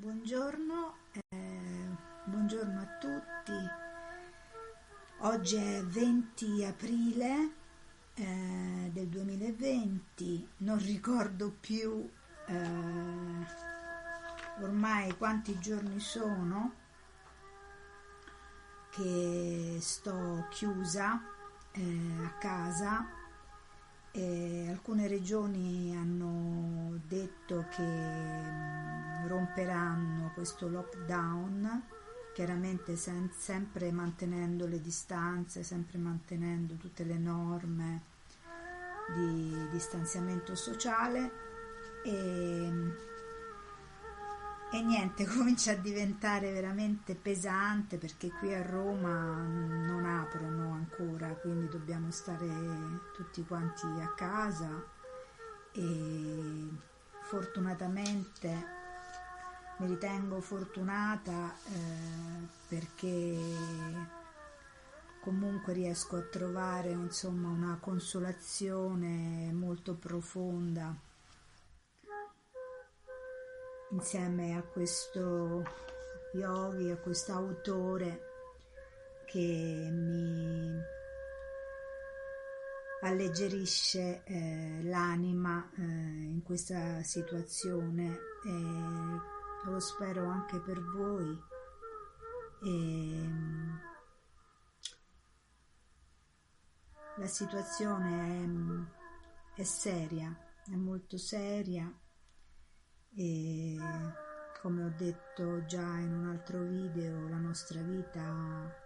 Buongiorno, buongiorno a tutti. Oggi è 20 aprile del 2020, non ricordo più ormai quanti giorni sono che sto chiusa a casa. Alcune regioni hanno detto che romperanno questo lockdown, chiaramente sempre mantenendo le distanze, sempre mantenendo tutte le norme di distanziamento sociale e niente, comincia a diventare veramente pesante perché qui a Roma non aprono ancora, quindi dobbiamo stare tutti quanti a casa e fortunatamente mi ritengo fortunata perché comunque riesco a trovare una consolazione molto profonda insieme a questo yogi, a questo autore che mi alleggerisce l'anima in questa situazione, e lo spero anche per voi. La situazione è seria, è molto seria. E come ho detto già in un altro video, la nostra vita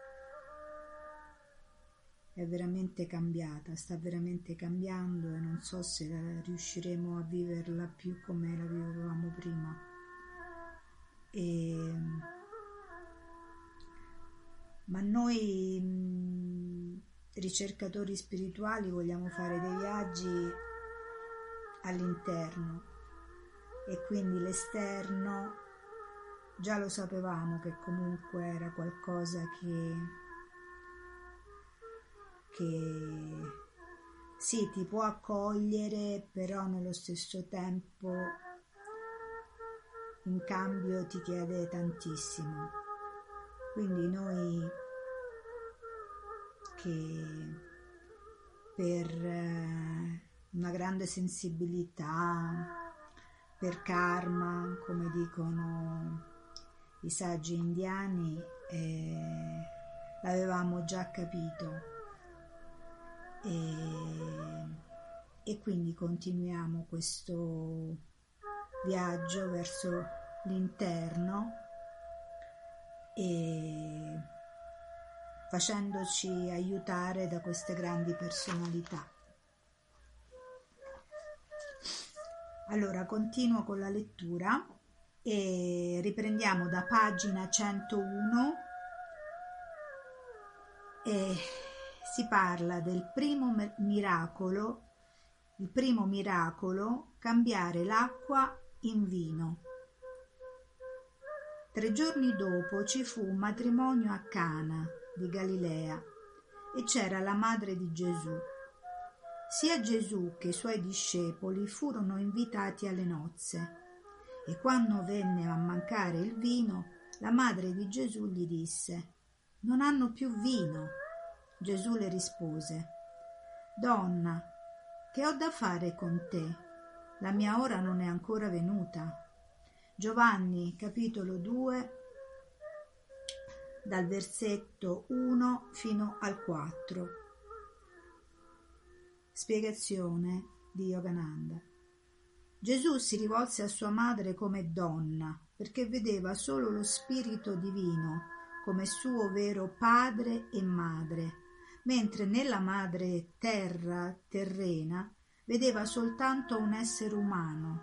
è veramente cambiata, sta veramente cambiando e non so se riusciremo a viverla più come la vivevamo prima. Ma noi ricercatori spirituali vogliamo fare dei viaggi all'interno. E quindi l'esterno già lo sapevamo che comunque era qualcosa che sì, ti può accogliere, però nello stesso tempo in cambio ti chiede tantissimo. Quindi noi che per una grande sensibilità, per karma, come dicono i saggi indiani, l'avevamo già capito e quindi continuiamo questo viaggio verso l'interno e facendoci aiutare da queste grandi personalità. Allora, continuo con la lettura e riprendiamo da pagina 101 e si parla del primo miracolo, il primo miracolo, cambiare l'acqua in vino. 3 giorni dopo ci fu un matrimonio a Cana di Galilea e c'era la madre di Gesù. Sia Gesù che i suoi discepoli furono invitati alle nozze e quando venne a mancare il vino, la madre di Gesù gli disse: «Non hanno più vino». Gesù le rispose: «Donna, che ho da fare con te? La mia ora non è ancora venuta». Giovanni, capitolo 2, dal versetto 1 fino al 4. Spiegazione di Yogananda. Gesù si rivolse a sua madre come donna perché vedeva solo lo spirito divino come suo vero padre e madre, mentre nella madre terrena vedeva soltanto un essere umano.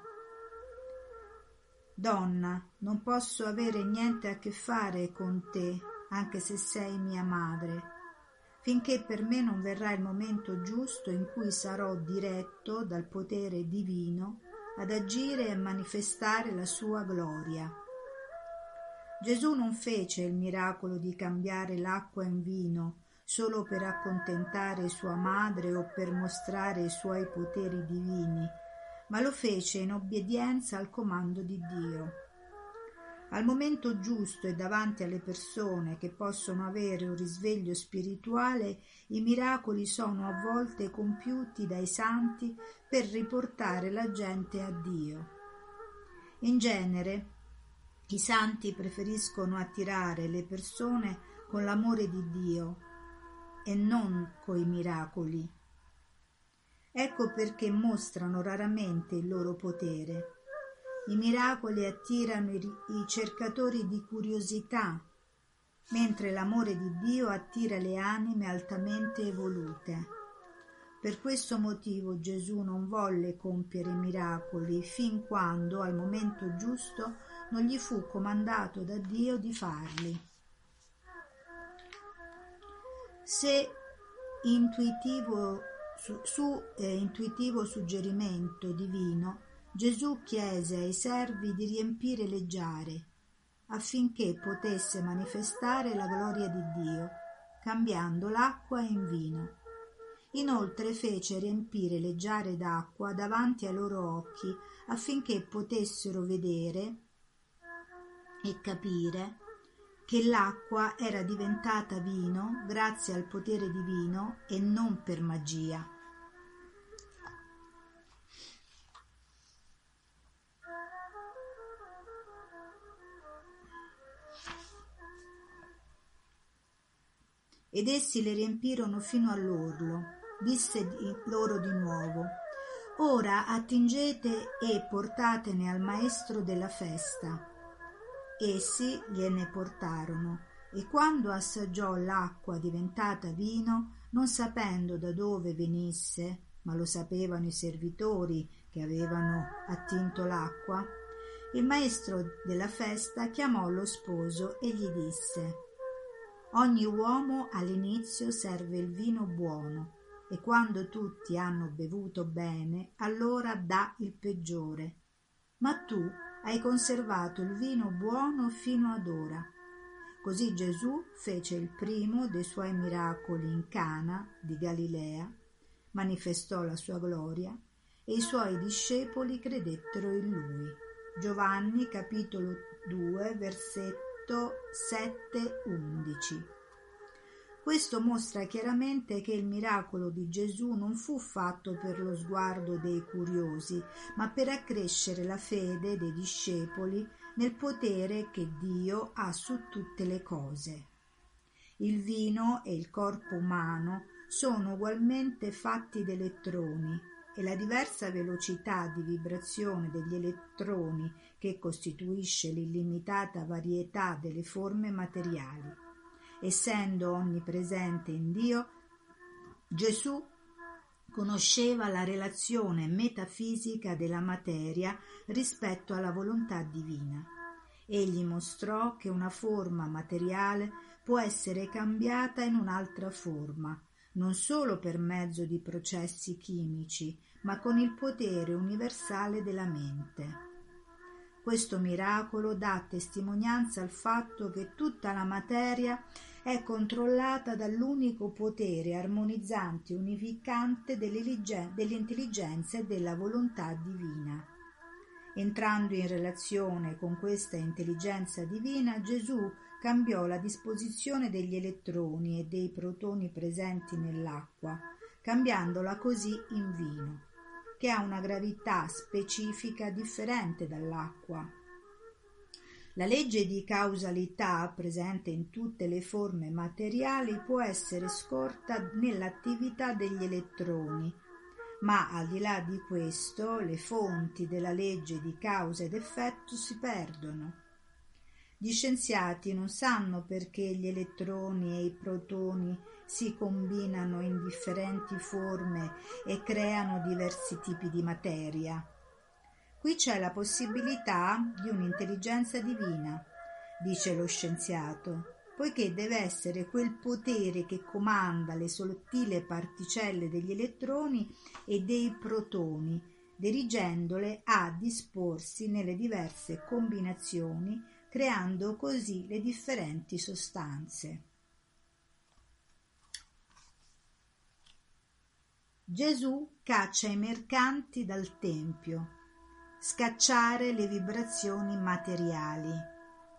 Donna, non posso avere niente a che fare con te, anche se sei mia madre, finché per me non verrà il momento giusto in cui sarò diretto dal potere divino ad agire e manifestare la sua gloria. Gesù non fece il miracolo di cambiare l'acqua in vino solo per accontentare sua madre o per mostrare i suoi poteri divini, ma lo fece in obbedienza al comando di Dio. Al momento giusto e davanti alle persone che possono avere un risveglio spirituale, i miracoli sono a volte compiuti dai santi per riportare la gente a Dio. In genere, i santi preferiscono attirare le persone con l'amore di Dio e non coi miracoli. Ecco perché mostrano raramente il loro potere. I miracoli attirano i cercatori di curiosità, mentre l'amore di Dio attira le anime altamente evolute. Per questo motivo Gesù non volle compiere miracoli fin quando, al momento giusto, non gli fu comandato da Dio di farli. Se intuitivo suggerimento divino, Gesù chiese ai servi di riempire le giare affinché potesse manifestare la gloria di Dio, cambiando l'acqua in vino. Inoltre fece riempire le giare d'acqua davanti ai loro occhi affinché potessero vedere e capire che l'acqua era diventata vino grazie al potere divino e non per magia. Ed essi le riempirono fino all'orlo. Disse loro di nuovo: «Ora attingete e portatene al maestro della festa». Essi gliene portarono, e quando assaggiò l'acqua diventata vino, non sapendo da dove venisse, ma lo sapevano i servitori che avevano attinto l'acqua, il maestro della festa chiamò lo sposo e gli disse: «Ogni uomo all'inizio serve il vino buono, e quando tutti hanno bevuto bene, allora dà il peggiore. Ma tu hai conservato il vino buono fino ad ora». Così Gesù fece il primo dei suoi miracoli in Cana di Galilea, manifestò la sua gloria e i suoi discepoli credettero in lui. Giovanni capitolo 2 versetto 7-11. Questo mostra chiaramente che il miracolo di Gesù non fu fatto per lo sguardo dei curiosi, ma per accrescere la fede dei discepoli nel potere che Dio ha su tutte le cose. Il vino e il corpo umano sono ugualmente fatti di elettroni e la diversa velocità di vibrazione degli elettroni che costituisce l'illimitata varietà delle forme materiali. Essendo onnipresente in Dio, Gesù conosceva la relazione metafisica della materia rispetto alla volontà divina. Egli mostrò che una forma materiale può essere cambiata in un'altra forma, non solo per mezzo di processi chimici, ma con il potere universale della mente. Questo miracolo dà testimonianza al fatto che tutta la materia è controllata dall'unico potere armonizzante e unificante dell'intelligenza e della volontà divina. Entrando in relazione con questa intelligenza divina, Gesù cambiò la disposizione degli elettroni e dei protoni presenti nell'acqua, cambiandola così in vino, che ha una gravità specifica differente dall'acqua. La legge di causalità presente in tutte le forme materiali può essere scorta nell'attività degli elettroni, ma al di là di questo le fonti della legge di causa ed effetto si perdono. Gli scienziati non sanno perché gli elettroni e i protoni si combinano in differenti forme e creano diversi tipi di materia. Qui c'è la possibilità di un'intelligenza divina, dice lo scienziato, poiché deve essere quel potere che comanda le sottili particelle degli elettroni e dei protoni, dirigendole a disporsi nelle diverse combinazioni, creando così le differenti sostanze. Gesù caccia i mercanti dal tempio. Scacciare le vibrazioni materiali.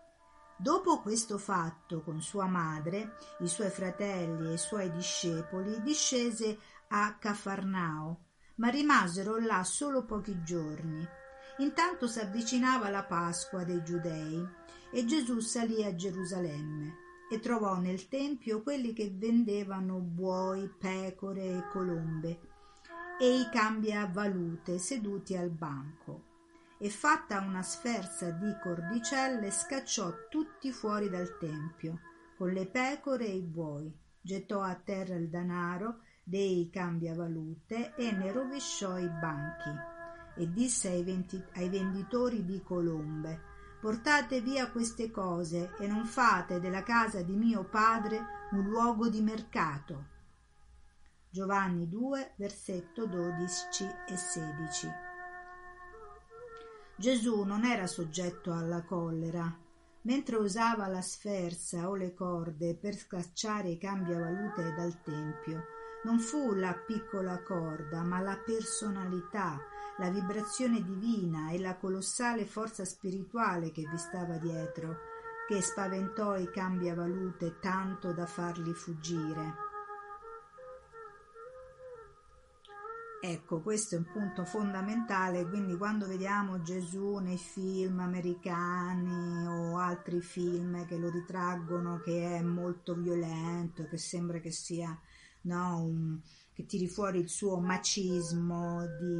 Dopo questo fatto con sua madre, i suoi fratelli e i suoi discepoli, discese a Cafarnao, ma rimasero là solo pochi giorni. Intanto s'avvicinava la Pasqua dei Giudei e Gesù salì a Gerusalemme e trovò nel tempio quelli che vendevano buoi, pecore e colombe e i cambiavalute seduti al banco. E fatta una sferza di cordicelle scacciò tutti fuori dal tempio, con le pecore e i buoi, gettò a terra il danaro dei cambiavalute e ne rovesciò i banchi, e disse ai venditori di colombe: portate via queste cose e non fate della casa di mio padre un luogo di mercato. Giovanni 2, versetto 12 e 16. Gesù non era soggetto alla collera. Mentre usava la sferza o le corde per scacciare i cambiavalute dal tempio, non fu la piccola corda, ma la personalità, la vibrazione divina e la colossale forza spirituale che vi stava dietro, che spaventò i cambiavalute tanto da farli fuggire. Ecco, questo è un punto fondamentale, quindi quando vediamo Gesù nei film americani o altri film che lo ritraggono, che è molto violento, che sembra che sia, no, che tiri fuori il suo macismo,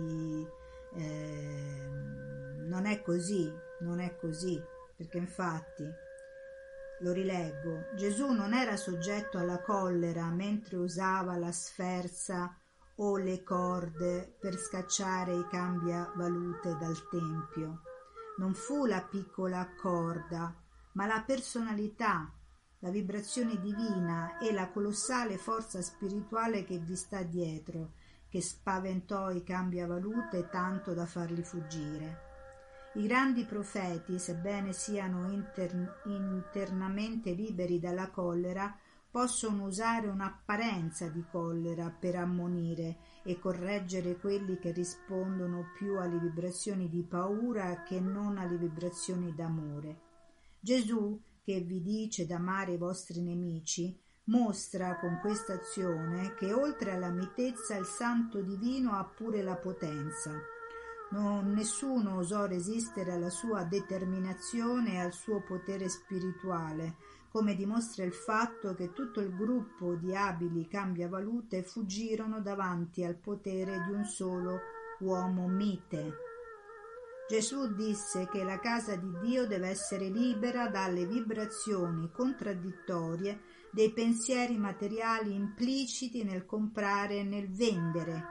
non è così, perché infatti, lo rileggo, Gesù non era soggetto alla collera mentre usava la sferza o le corde per scacciare i cambiavalute dal tempio. Non fu la piccola corda, ma la personalità, la vibrazione divina e la colossale forza spirituale che vi sta dietro, che spaventò i cambiavalute tanto da farli fuggire. I grandi profeti, sebbene siano internamente liberi dalla collera, possono usare un'apparenza di collera per ammonire e correggere quelli che rispondono più alle vibrazioni di paura che non alle vibrazioni d'amore. Gesù, che vi dice d'amare i vostri nemici, mostra con questa azione che oltre alla mitezza il santo divino ha pure la potenza. Nessuno osò resistere alla sua determinazione e al suo potere spirituale, come dimostra il fatto che tutto il gruppo di abili cambiavalute fuggirono davanti al potere di un solo uomo mite. Gesù disse che la casa di Dio deve essere libera dalle vibrazioni contraddittorie dei pensieri materiali impliciti nel comprare e nel vendere.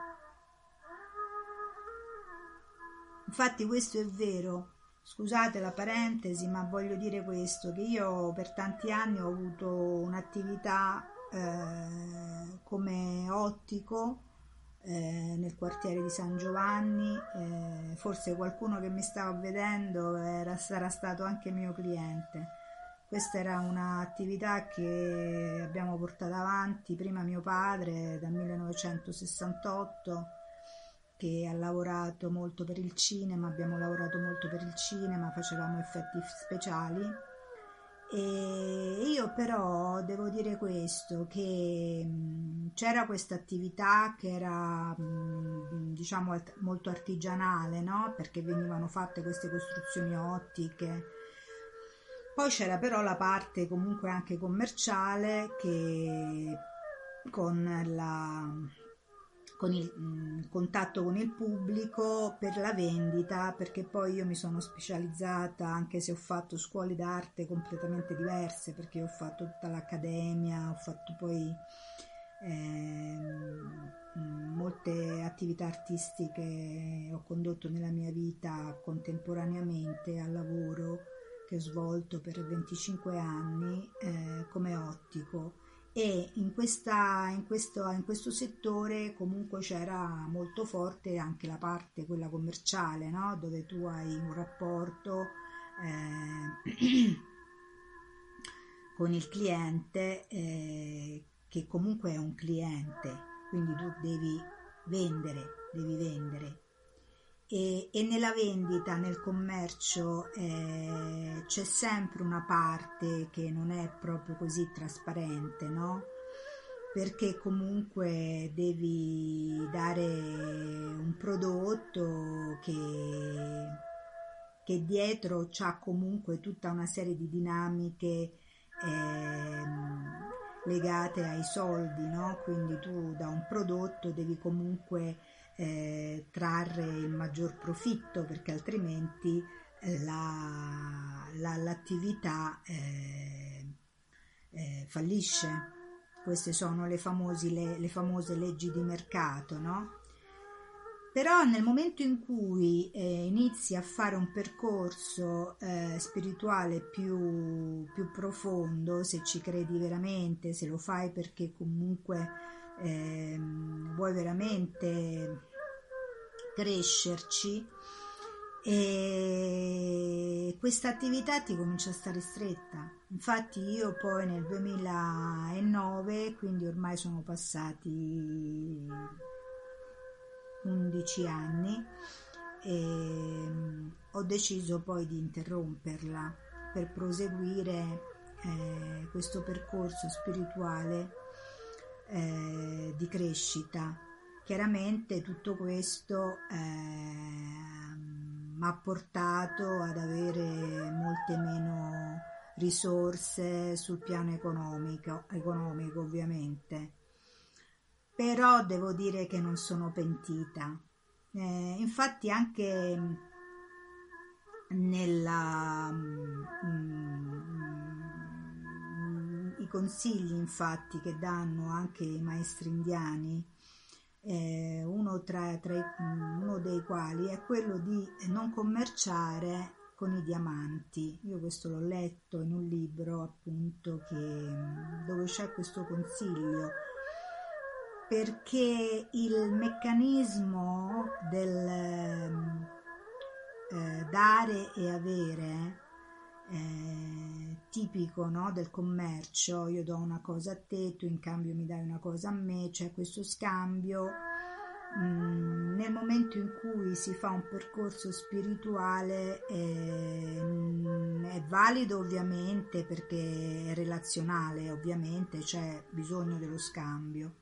Infatti questo è vero. Scusate la parentesi, ma voglio dire questo, che io per tanti anni ho avuto un'attività come ottico nel quartiere di San Giovanni, forse qualcuno che mi stava vedendo sarà stato anche mio cliente. Questa era un'attività che abbiamo portato avanti prima mio padre dal 1968, che ha lavorato molto per il cinema, abbiamo lavorato molto per il cinema, facevamo effetti speciali, e io però devo dire questo, che c'era questa attività che era diciamo molto artigianale, no? Perché venivano fatte queste costruzioni ottiche. Poi c'era però la parte comunque anche commerciale, che con il contatto con il pubblico per la vendita, perché poi io mi sono specializzata, anche se ho fatto scuole d'arte completamente diverse, perché ho fatto tutta l'accademia, ho fatto poi molte attività artistiche, ho condotto nella mia vita contemporaneamente al lavoro che ho svolto per 25 anni come ottico. E in questo settore comunque c'era molto forte anche la parte quella commerciale, no? Dove tu hai un rapporto con il cliente che comunque è un cliente, quindi tu devi vendere. e nella vendita, nel commercio c'è sempre una parte che non è proprio così trasparente, no? Perché comunque devi dare un prodotto che dietro c'ha comunque tutta una serie di dinamiche legate ai soldi, no? Quindi tu da un prodotto devi comunque trarre il maggior profitto, perché altrimenti l'attività fallisce. Queste sono le famose leggi di mercato, no? Però nel momento in cui inizi a fare un percorso spirituale più profondo, se ci credi veramente, se lo fai perché comunque vuoi veramente crescerci, e questa attività ti comincia a stare stretta. Infatti io poi nel 2009, quindi ormai sono passati 11 anni, ho deciso poi di interromperla per proseguire questo percorso spirituale di crescita. Chiaramente tutto questo mi ha portato ad avere molte meno risorse sul piano economico ovviamente, però devo dire che non sono pentita. Infatti anche i consigli infatti che danno anche i maestri indiani, uno dei quali è quello di non commerciare con i diamanti. Io questo l'ho letto in un libro appunto dove c'è questo consiglio, perché il meccanismo del dare e avere tipico, no, del commercio, io do una cosa a te, tu in cambio mi dai una cosa a me, c'è questo scambio. Nel momento in cui si fa un percorso spirituale è valido ovviamente, perché è relazionale, ovviamente c'è bisogno dello scambio,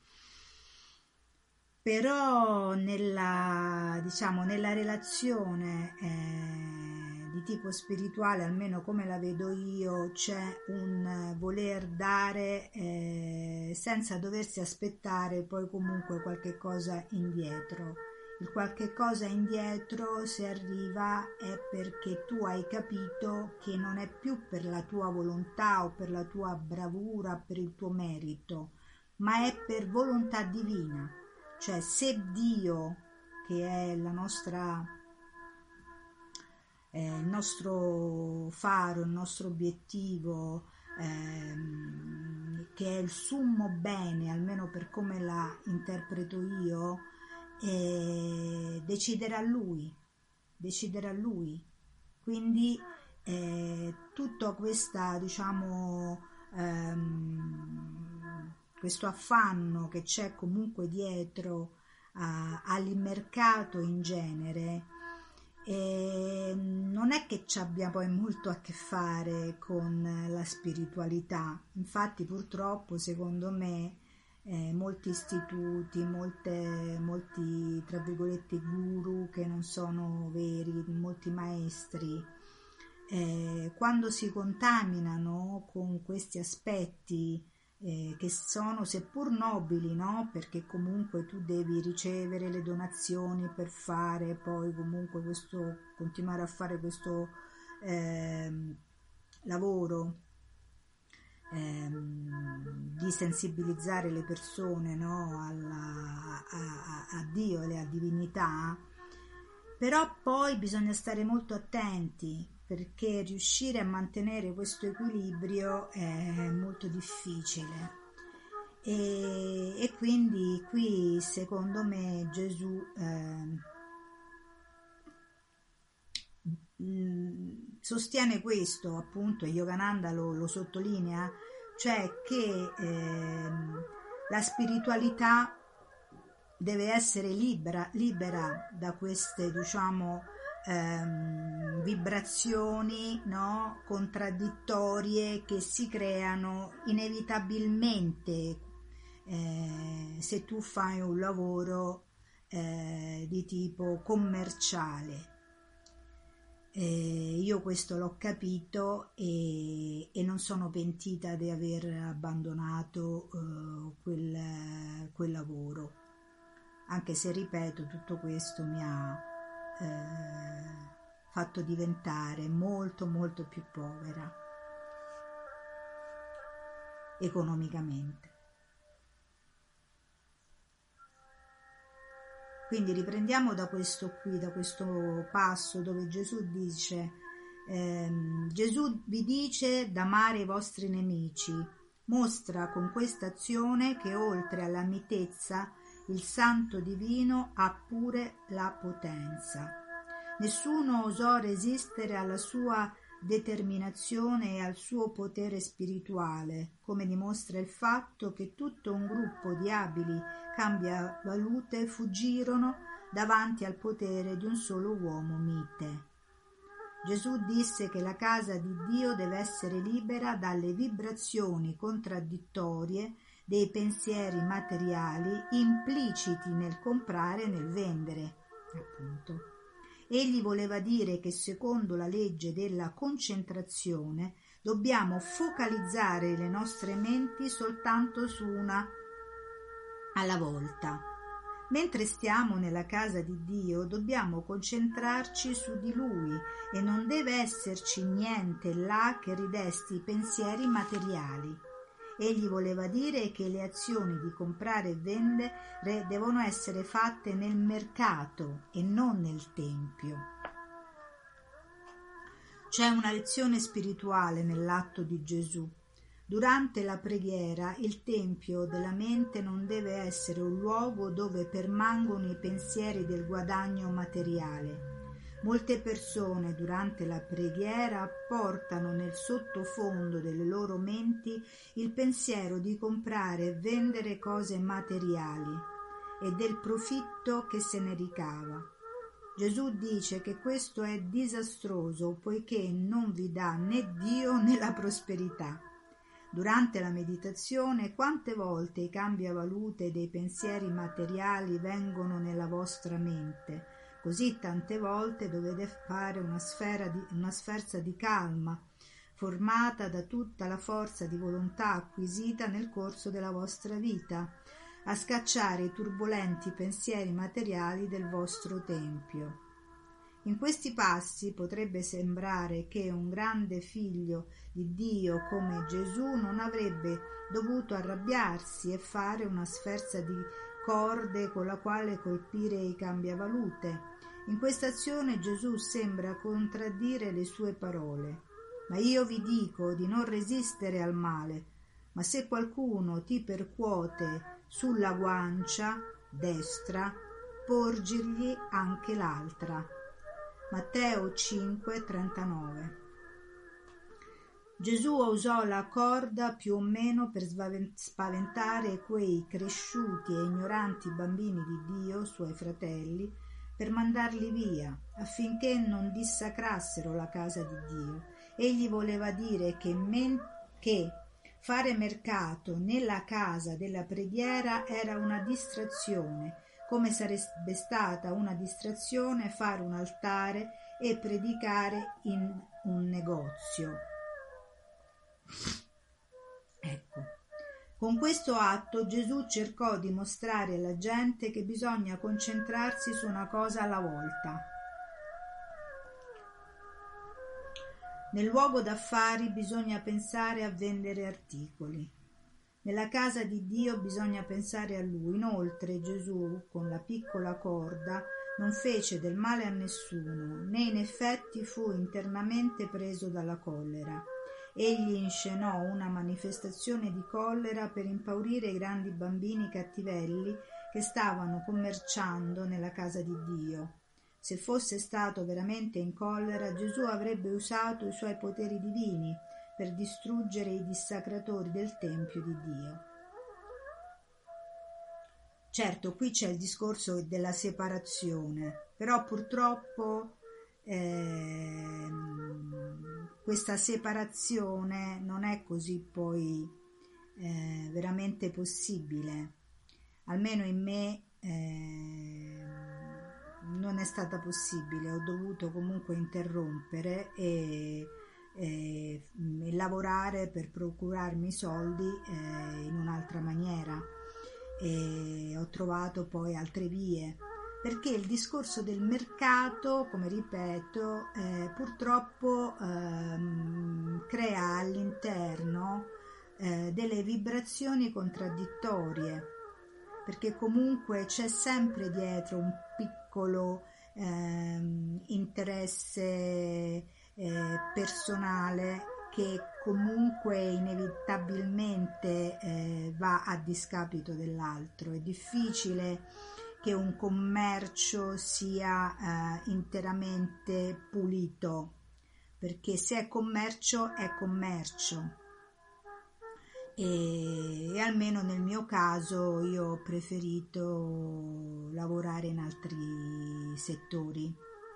però nella relazione di tipo spirituale, almeno come la vedo io, c'è un voler dare senza doversi aspettare poi comunque qualche cosa indietro. Il qualche cosa indietro, se arriva, è perché tu hai capito che non è più per la tua volontà o per la tua bravura, per il tuo merito, ma è per volontà divina. Cioè, se Dio, che è il nostro faro, il nostro obiettivo, che è il summo bene, almeno per come la interpreto io, deciderà Lui. Quindi tutta questa, questo affanno che c'è comunque dietro al mercato in genere, non è che ci abbia poi molto a che fare con la spiritualità. Infatti purtroppo, secondo me, molti istituti, molti tra virgolette guru che non sono veri, molti maestri, quando si contaminano con questi aspetti che sono seppur nobili, no? Perché comunque tu devi ricevere le donazioni per fare poi comunque continuare a fare questo lavoro di sensibilizzare le persone, no? a Dio e alla divinità, però poi bisogna stare molto attenti, perché riuscire a mantenere questo equilibrio è molto difficile, e quindi qui secondo me Gesù sostiene questo, appunto, Yogananda lo sottolinea, cioè che la spiritualità deve essere libera da queste, vibrazioni, no, contraddittorie che si creano inevitabilmente se tu fai un lavoro di tipo commerciale. Io questo l'ho capito e non sono pentita di aver abbandonato quel lavoro, anche se, ripeto, tutto questo mi ha fatto diventare molto molto più povera economicamente. Quindi riprendiamo da questo passo dove Gesù dice, Gesù vi dice d'amare i vostri nemici, mostra con questa azione che oltre alla mitezza il santo divino ha pure la potenza. Nessuno osò resistere alla sua determinazione e al suo potere spirituale, come dimostra il fatto che tutto un gruppo di abili cambiavalute fuggirono davanti al potere di un solo uomo mite. Gesù disse che la casa di Dio deve essere libera dalle vibrazioni contraddittorie dei pensieri materiali impliciti nel comprare e nel vendere, appunto. Egli voleva dire che secondo la legge della concentrazione dobbiamo focalizzare le nostre menti soltanto su una alla volta. Mentre stiamo nella casa di Dio dobbiamo concentrarci su di Lui e non deve esserci niente là che ridesti i pensieri materiali. Egli voleva dire che le azioni di comprare e vendere devono essere fatte nel mercato e non nel tempio. C'è una lezione spirituale nell'atto di Gesù. Durante la preghiera, il tempio della mente non deve essere un luogo dove permangono i pensieri del guadagno materiale. Molte persone durante la preghiera portano nel sottofondo delle loro menti il pensiero di comprare e vendere cose materiali e del profitto che se ne ricava. Gesù dice che questo è disastroso poiché non vi dà né Dio né la prosperità. Durante la meditazione, quante volte i cambiavalute dei pensieri materiali vengono nella vostra mente? Così tante volte dovete fare una sferza di calma, formata da tutta la forza di volontà acquisita nel corso della vostra vita, a scacciare i turbolenti pensieri materiali del vostro tempio. In questi passi potrebbe sembrare che un grande figlio di Dio come Gesù non avrebbe dovuto arrabbiarsi e fare una sferza di corde con la quale colpire i cambiavalute. In questa azione Gesù sembra contraddire le sue parole. Ma io vi dico di non resistere al male, ma se qualcuno ti percuote sulla guancia destra, porgigli anche l'altra. Matteo 5,39. Gesù usò la corda più o meno per spaventare quei cresciuti e ignoranti bambini di Dio, suoi fratelli, per mandarli via, affinché non dissacrassero la casa di Dio. Egli voleva dire che fare mercato nella casa della preghiera era una distrazione, come sarebbe stata una distrazione fare un altare e predicare in un negozio. Ecco, con questo atto Gesù cercò di mostrare alla gente che bisogna concentrarsi su una cosa alla volta. Nel luogo d'affari bisogna pensare a vendere articoli. Nella casa di Dio bisogna pensare a Lui. Inoltre Gesù, con la piccola corda, non fece del male a nessuno, né in effetti fu internamente preso dalla collera. Egli inscenò una manifestazione di collera per impaurire i grandi bambini cattivelli che stavano commerciando nella casa di Dio. Se fosse stato veramente in collera, Gesù avrebbe usato i suoi poteri divini per distruggere i dissacratori del Tempio di Dio. Certo, qui c'è il discorso della separazione, però purtroppo questa separazione non è così poi veramente possibile. Almeno in me non è stata possibile, ho dovuto comunque interrompere e lavorare per procurarmi i soldi in un'altra maniera, e ho trovato poi altre vie, perché il discorso del mercato, come ripeto, purtroppo crea all'interno delle vibrazioni contraddittorie, perché comunque c'è sempre dietro un piccolo interesse personale che comunque inevitabilmente va a discapito dell'altro. È difficile che un commercio sia interamente pulito, perché se è commercio è commercio. E almeno nel mio caso io ho preferito lavorare in altri settori.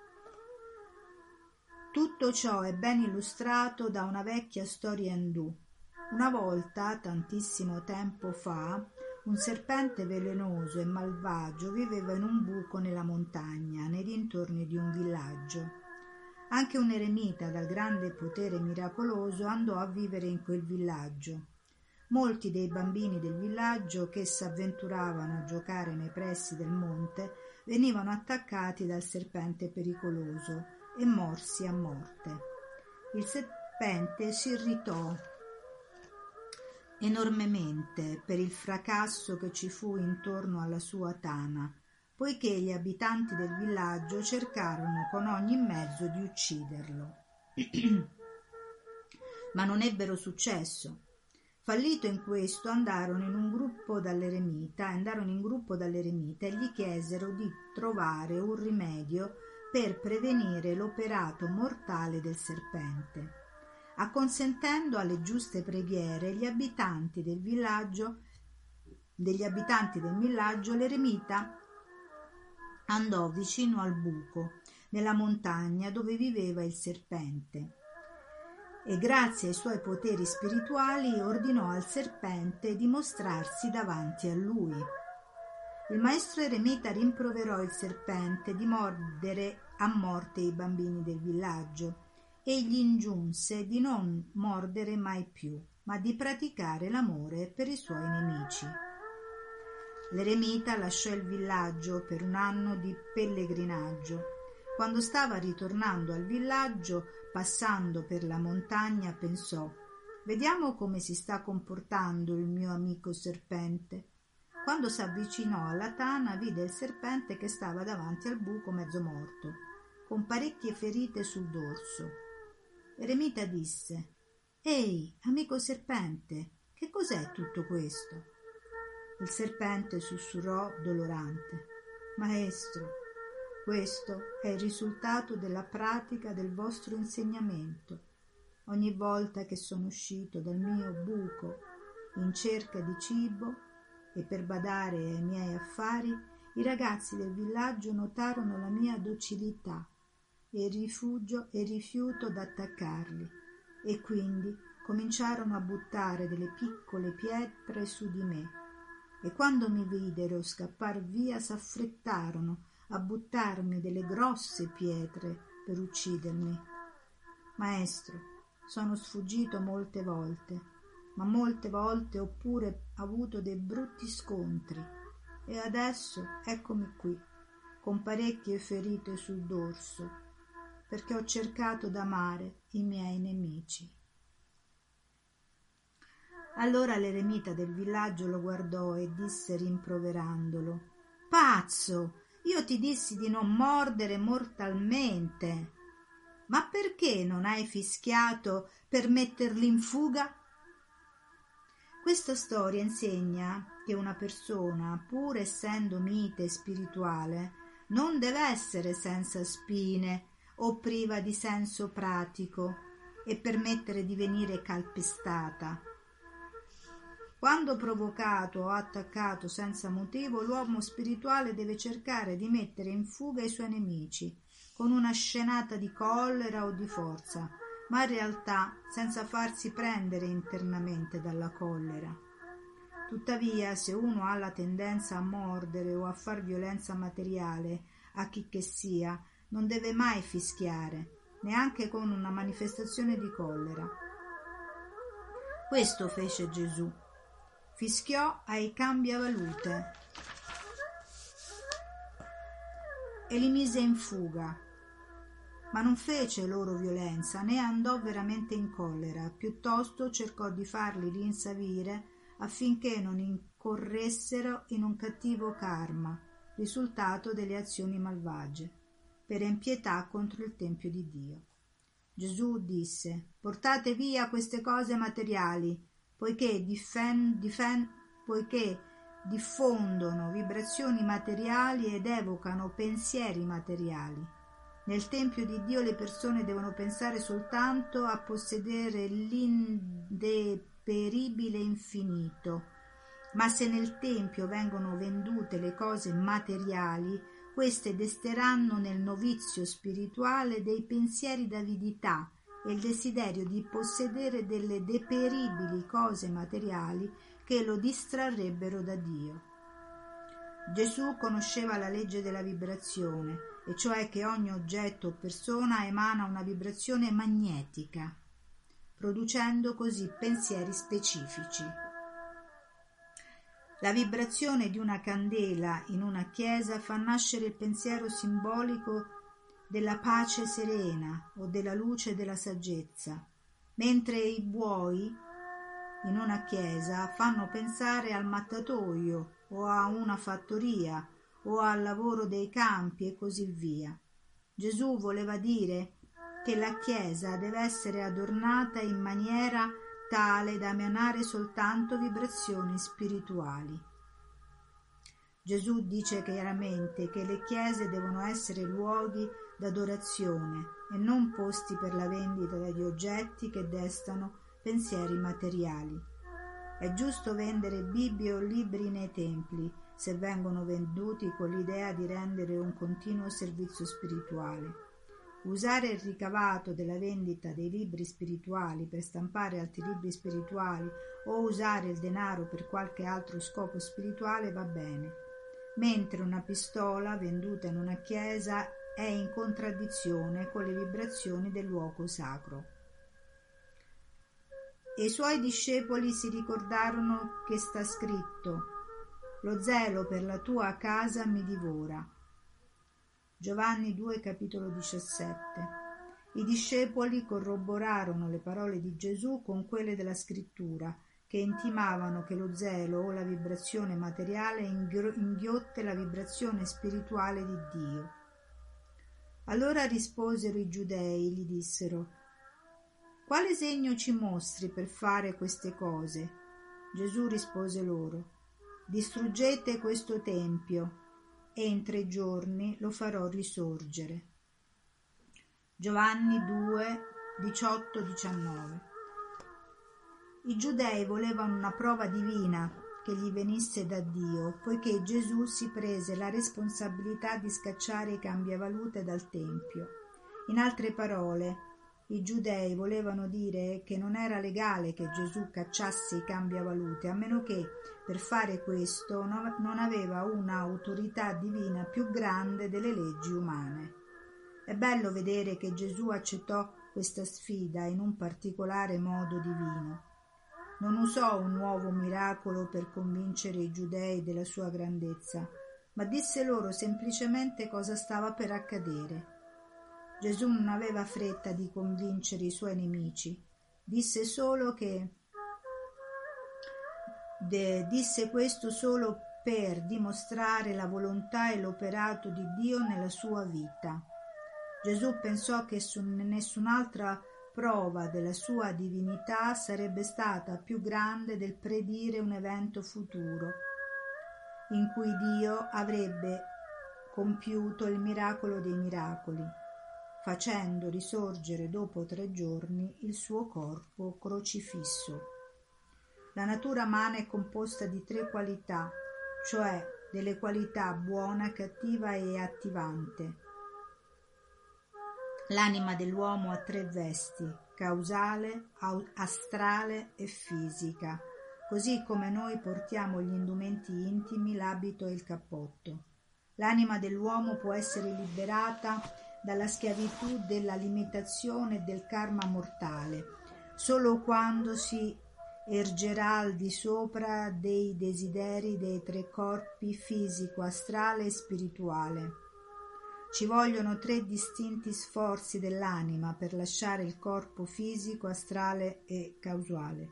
Tutto ciò è ben illustrato da una vecchia storia indù. Una volta, tantissimo tempo fa, un serpente velenoso e malvagio viveva in un buco nella montagna, nei dintorni di un villaggio. Anche un eremita dal grande potere miracoloso andò a vivere in quel villaggio. Molti dei bambini del villaggio che s'avventuravano a giocare nei pressi del monte venivano attaccati dal serpente pericoloso e morsi a morte. Il serpente si irritò enormemente per il fracasso che ci fu intorno alla sua tana, poiché gli abitanti del villaggio cercarono con ogni mezzo di ucciderlo. Ma non ebbero successo. Fallito in questo, andarono in gruppo dall'eremita e gli chiesero di trovare un rimedio per prevenire l'operato mortale del serpente. Acconsentendo alle giuste preghiere degli abitanti del villaggio, l'eremita andò vicino al buco nella montagna dove viveva il serpente e grazie ai suoi poteri spirituali ordinò al serpente di mostrarsi davanti a lui. Il maestro eremita rimproverò il serpente di mordere a morte i bambini del villaggio e gli ingiunse di non mordere mai più, ma di praticare l'amore per i suoi nemici. L'eremita lasciò il villaggio per un anno di pellegrinaggio. Quando stava ritornando al villaggio, passando per la montagna, pensò: «Vediamo come si sta comportando il mio amico serpente». Quando s'avvicinò alla tana, vide il serpente che stava davanti al buco mezzo morto, con parecchie ferite sul dorso. L'eremita disse: «Ehi, amico serpente, che cos'è tutto questo?» Il serpente sussurrò dolorante: «Maestro, questo è il risultato della pratica del vostro insegnamento. Ogni volta che sono uscito dal mio buco in cerca di cibo e per badare ai miei affari, i ragazzi del villaggio notarono la mia docilità e rifiuto d'attaccarli, e quindi cominciarono a buttare delle piccole pietre su di me, e quando mi videro scappar via s'affrettarono a buttarmi delle grosse pietre per uccidermi. Maestro, sono sfuggito molte volte, ma molte volte ho pure avuto dei brutti scontri, e adesso eccomi qui, con parecchie ferite sul dorso, perché ho cercato d'amare i miei nemici». Allora l'eremita del villaggio lo guardò e disse rimproverandolo: «Pazzo, io ti dissi di non mordere mortalmente. Ma perché non hai fischiato per metterli in fuga?» Questa storia insegna che una persona, pur essendo mite e spirituale, non deve essere senza spine o priva di senso pratico e permettere di venire calpestata. Quando provocato o attaccato senza motivo, l'uomo spirituale deve cercare di mettere in fuga i suoi nemici, con una scenata di collera o di forza, ma in realtà senza farsi prendere internamente dalla collera. Tuttavia, se uno ha la tendenza a mordere o a far violenza materiale a chi che sia, non deve mai fischiare, neanche con una manifestazione di collera. Questo fece Gesù. Fischiò ai cambiavalute e li mise in fuga, ma non fece loro violenza né andò veramente in collera, piuttosto cercò di farli rinsavire affinché non incorressero in un cattivo karma, risultato delle azioni malvagie, per impietà contro il Tempio di Dio. Gesù disse: «Portate via queste cose materiali, poiché diffondono vibrazioni materiali ed evocano pensieri materiali. Nel Tempio di Dio le persone devono pensare soltanto a possedere l'indeperibile infinito, ma se nel Tempio vengono vendute le cose materiali, queste desteranno nel novizio spirituale dei pensieri d'avidità e il desiderio di possedere delle deperibili cose materiali che lo distrarrebbero da Dio». Gesù conosceva la legge della vibrazione, e cioè che ogni oggetto o persona emana una vibrazione magnetica, producendo così pensieri specifici. La vibrazione di una candela in una chiesa fa nascere il pensiero simbolico della pace serena o della luce della saggezza, mentre i buoi in una chiesa fanno pensare al mattatoio o a una fattoria o al lavoro dei campi e così via. Gesù voleva dire che la chiesa deve essere adornata in maniera tale da emanare soltanto vibrazioni spirituali. Gesù dice chiaramente che le chiese devono essere luoghi d'adorazione e non posti per la vendita di oggetti che destano pensieri materiali. È giusto vendere Bibbie o libri nei templi se vengono venduti con l'idea di rendere un continuo servizio spirituale. Usare il ricavato della vendita dei libri spirituali per stampare altri libri spirituali o usare il denaro per qualche altro scopo spirituale va bene, mentre una pistola venduta in una chiesa è in contraddizione con le vibrazioni del luogo sacro. E i suoi discepoli si ricordarono che sta scritto: «Lo zelo per la tua casa mi divora». Giovanni 2, capitolo 17. I discepoli corroborarono le parole di Gesù con quelle della Scrittura, che intimavano che lo zelo o la vibrazione materiale inghiotte la vibrazione spirituale di Dio. Allora risposero i giudei, gli dissero: «Quale segno ci mostri per fare queste cose?» Gesù rispose loro: «Distruggete questo tempio e in 3 giorni lo farò risorgere». Giovanni 2, 18-19. I giudei volevano una prova divina che gli venisse da Dio, poiché Gesù si prese la responsabilità di scacciare i cambiavalute dal Tempio. In altre parole, i giudei volevano dire che non era legale che Gesù cacciasse i cambiavalute, a meno che per fare questo non aveva una autorità divina più grande delle leggi umane. È bello vedere che Gesù accettò questa sfida in un particolare modo divino. Non usò un nuovo miracolo per convincere i giudei della sua grandezza, ma disse loro semplicemente cosa stava per accadere. Gesù non aveva fretta di convincere i suoi nemici, disse questo solo per dimostrare la volontà e l'operato di Dio nella sua vita. Gesù pensò che nessun'altra prova della sua divinità sarebbe stata più grande del predire un evento futuro, in cui Dio avrebbe compiuto il miracolo dei miracoli, facendo risorgere dopo 3 giorni il suo corpo crocifisso. La natura umana è composta di 3 qualità, cioè delle qualità buona, cattiva e attivante. L'anima dell'uomo ha 3 vesti: causale, astrale e fisica, così come noi portiamo gli indumenti intimi, l'abito e il cappotto. L'anima dell'uomo può essere liberata dalla schiavitù della limitazione e del karma mortale solo quando si ergerà al di sopra dei desideri dei 3 corpi fisico, astrale e spirituale. Ci vogliono 3 distinti sforzi dell'anima per lasciare il corpo fisico, astrale e causale.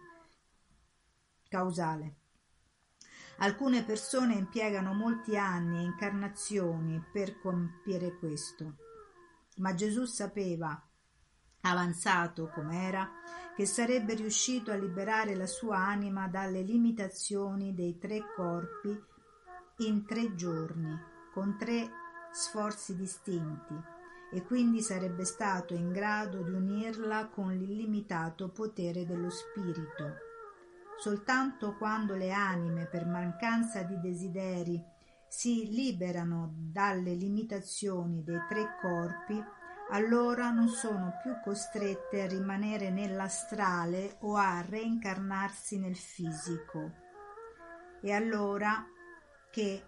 Alcune persone impiegano molti anni e incarnazioni per compiere questo, ma Gesù sapeva, avanzato com'era, che sarebbe riuscito a liberare la sua anima dalle limitazioni dei 3 corpi in 3 giorni, con 3 sforzi distinti, e quindi sarebbe stato in grado di unirla con l'illimitato potere dello spirito. Soltanto quando le anime, per mancanza di desideri, si liberano dalle limitazioni dei 3 corpi, allora non sono più costrette a rimanere nell'astrale o a reincarnarsi nel fisico. E allora che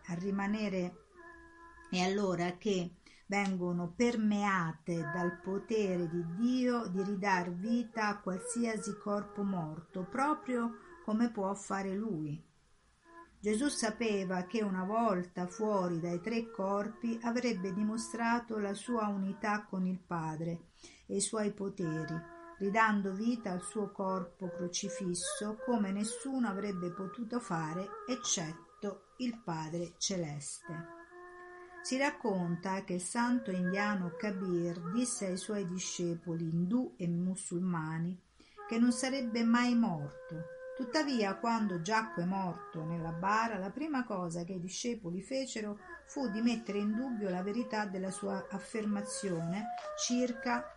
vengono permeate dal potere di Dio di ridar vita a qualsiasi corpo morto, proprio come può fare Lui. Gesù sapeva che una volta fuori dai 3 corpi avrebbe dimostrato la sua unità con il Padre e i suoi poteri, ridando vita al suo corpo crocifisso come nessuno avrebbe potuto fare eccetto il Padre Celeste. Si racconta che il santo indiano Kabir disse ai suoi discepoli indù e musulmani che non sarebbe mai morto. Tuttavia, quando giacque morto nella bara, la prima cosa che i discepoli fecero fu di mettere in dubbio la verità della sua affermazione circa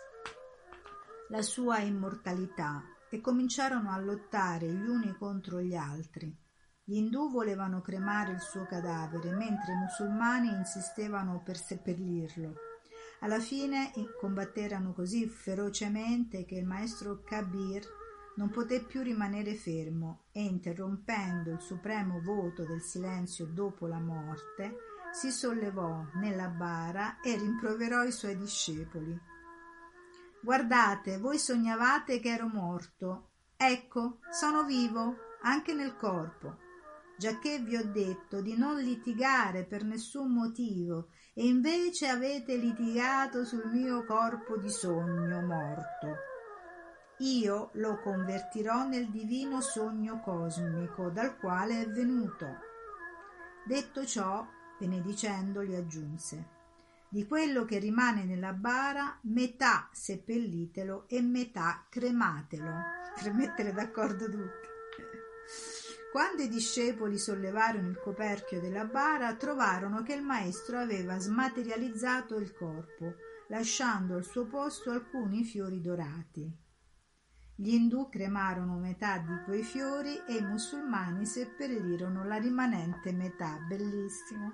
la sua immortalità e cominciarono a lottare gli uni contro gli altri. Gli indù volevano cremare il suo cadavere, mentre i musulmani insistevano per seppellirlo. Alla fine combatterono così ferocemente che il maestro Kabir non poté più rimanere fermo e, interrompendo il supremo voto del silenzio dopo la morte, si sollevò nella bara e rimproverò i suoi discepoli. «Guardate, voi sognavate che ero morto. Ecco, sono vivo, anche nel corpo, giacché vi ho detto di non litigare per nessun motivo e invece avete litigato sul mio corpo di sogno morto. Io lo convertirò nel divino sogno cosmico dal quale è venuto». Detto ciò, benedicendoli aggiunse: «Di quello che rimane nella bara, metà seppellitelo e metà crematelo», per mettere d'accordo tutti. Quando i discepoli sollevarono il coperchio della bara, trovarono che il maestro aveva smaterializzato il corpo, lasciando al suo posto alcuni fiori dorati. Gli indù cremarono metà di quei fiori e i musulmani seppellirono la rimanente metà. Bellissimo.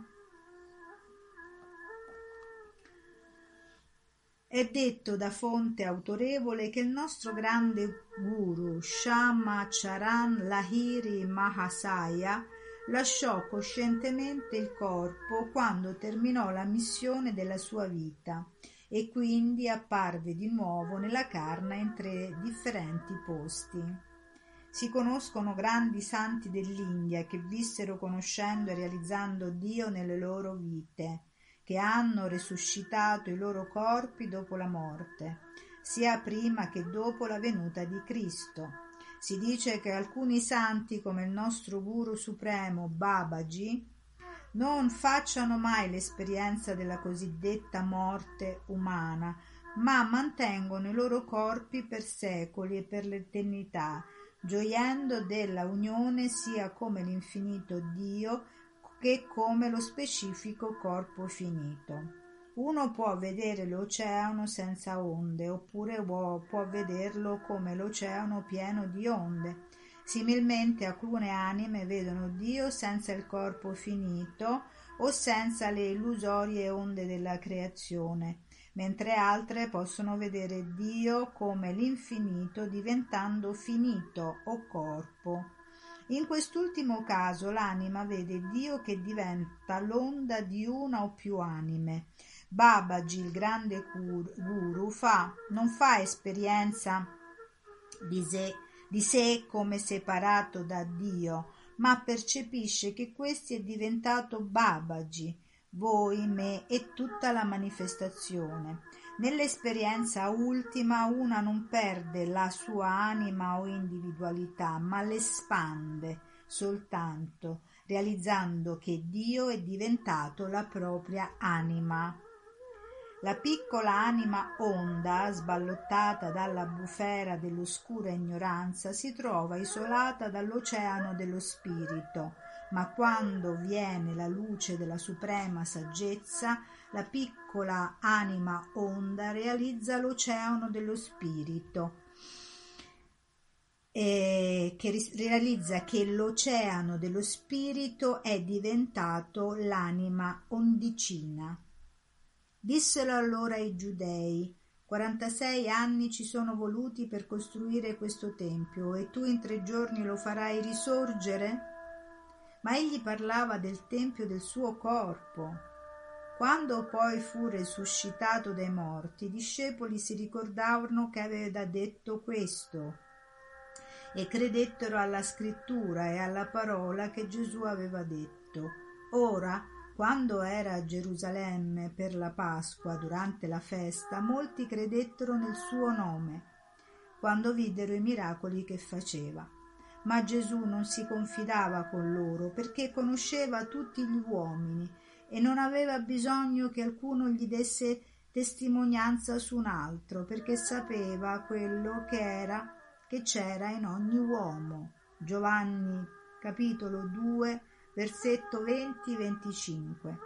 È detto da fonte autorevole che il nostro grande guru Shama Charan Lahiri Mahasaya lasciò coscientemente il corpo quando terminò la missione della sua vita e quindi apparve di nuovo nella carne in 3 differenti posti. Si conoscono grandi santi dell'India che vissero conoscendo e realizzando Dio nelle loro vite, che hanno resuscitato i loro corpi dopo la morte, sia prima che dopo la venuta di Cristo. Si dice che alcuni santi, come il nostro Guru Supremo Babaji, non facciano mai l'esperienza della cosiddetta morte umana, ma mantengono i loro corpi per secoli e per l'eternità, gioiendo della unione sia come l'infinito Dio che come lo specifico corpo finito. Uno può vedere l'oceano senza onde, oppure può vederlo come l'oceano pieno di onde. Similmente alcune anime vedono Dio senza il corpo finito o senza le illusorie onde della creazione, mentre altre possono vedere Dio come l'infinito diventando finito o corpo. In quest'ultimo caso l'anima vede Dio che diventa l'onda di una o più anime. Babaji, il grande guru, non fa esperienza di sé come separato da Dio, ma percepisce che questi è diventato Babaji, voi, me e tutta la manifestazione. Nell'esperienza ultima una non perde la sua anima o individualità, ma l'espande soltanto, realizzando che Dio è diventato la propria anima. La piccola anima onda, sballottata dalla bufera dell'oscura ignoranza, si trova isolata dall'oceano dello spirito, ma quando viene la luce della suprema saggezza, la piccola anima onda realizza l'oceano dello spirito, che realizza che l'oceano dello spirito è diventato l'anima ondicina. Dissero allora i giudei: 46 anni ci sono voluti per costruire questo tempio, e tu in 3 giorni lo farai risorgere? Ma egli parlava del tempio del suo corpo. Quando poi fu risuscitato dai morti, i discepoli si ricordarono che aveva detto questo e credettero alla scrittura e alla parola che Gesù aveva detto. Ora, quando era a Gerusalemme per la Pasqua, durante la festa, molti credettero nel suo nome, quando videro i miracoli che faceva. Ma Gesù non si confidava con loro, perché conosceva tutti gli uomini e non aveva bisogno che qualcuno gli desse testimonianza su un altro, perché sapeva quello che c'era in ogni uomo. Giovanni capitolo 2 versetto 20-25.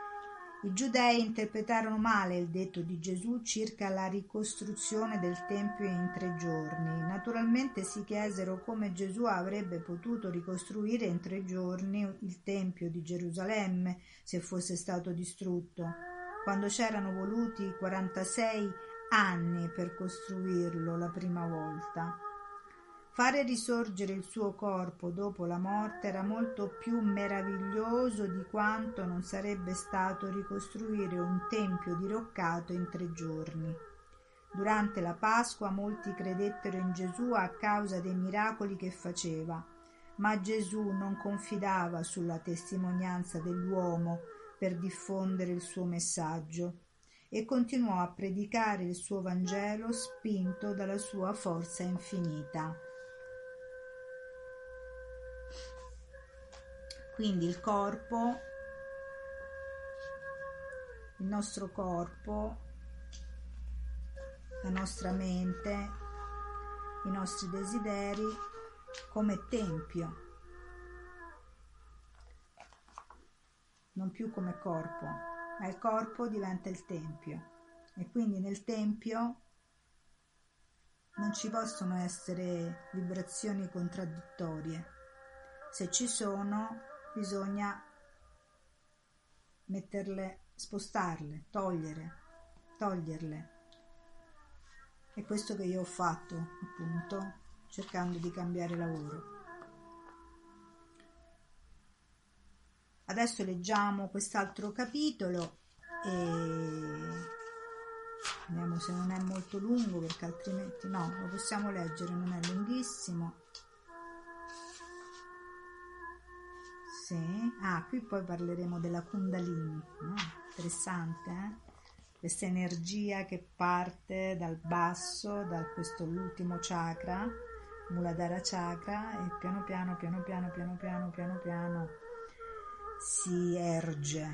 I giudei interpretarono male il detto di Gesù circa la ricostruzione del Tempio in 3 giorni. Naturalmente si chiesero come Gesù avrebbe potuto ricostruire in 3 giorni il Tempio di Gerusalemme se fosse stato distrutto, quando c'erano voluti 46 anni per costruirlo la prima volta. Fare risorgere il suo corpo dopo la morte era molto più meraviglioso di quanto non sarebbe stato ricostruire un tempio diroccato in 3 giorni. Durante la Pasqua molti credettero in Gesù a causa dei miracoli che faceva, ma Gesù non confidava sulla testimonianza dell'uomo per diffondere il suo messaggio e continuò a predicare il suo Vangelo spinto dalla sua forza infinita. Quindi il nostro corpo, la nostra mente, i nostri desideri come tempio, non più come corpo, ma il corpo diventa il tempio, e quindi nel tempio non ci possono essere vibrazioni contraddittorie. Se ci sono, bisogna spostarle, toglierle. È questo che io ho fatto, appunto, cercando di cambiare lavoro. Adesso leggiamo quest'altro capitolo e vediamo se non è molto lungo, perché altrimenti no, lo possiamo leggere, non è lunghissimo. Sì. Qui poi parleremo della Kundalini, no? Interessante, questa energia che parte dal basso, da questo l'ultimo chakra, Muladhara chakra, e piano piano si erge.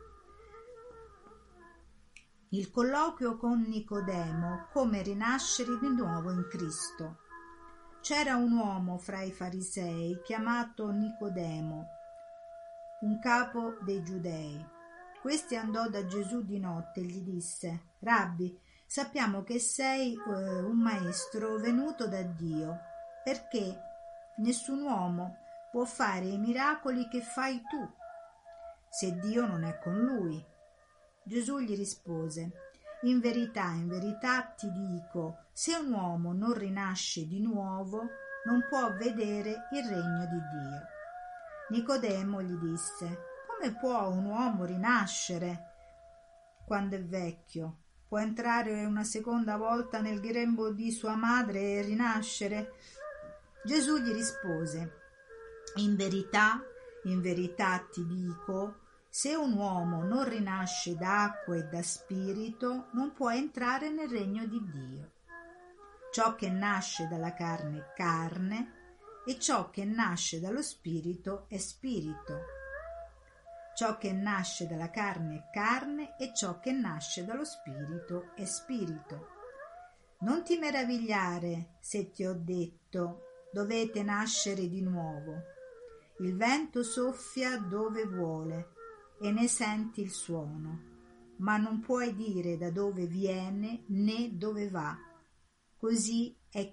Il colloquio con Nicodemo, come rinascere di nuovo in Cristo. C'era un uomo fra i farisei chiamato Nicodemo, un capo dei giudei. Questi andò da Gesù di notte e gli disse: Rabbi, sappiamo che sei un maestro venuto da Dio, perché nessun uomo può fare i miracoli che fai tu, se Dio non è con lui. Gesù gli rispose: in verità ti dico, se un uomo non rinasce di nuovo, non può vedere il regno di Dio. Nicodemo gli disse: come può un uomo rinascere quando è vecchio? Può entrare una seconda volta nel grembo di sua madre e rinascere? Gesù gli rispose: in verità ti dico, se un uomo non rinasce d'acqua e da spirito, non può entrare nel regno di Dio. Ciò che nasce dalla carne è carne, e ciò che nasce dallo spirito è spirito. Ciò che nasce dalla carne è carne, e ciò che nasce dallo spirito è spirito. Non ti meravigliare se ti ho detto: dovete nascere di nuovo. Il vento soffia dove vuole e ne senti il suono, ma non puoi dire da dove viene né dove va. Così è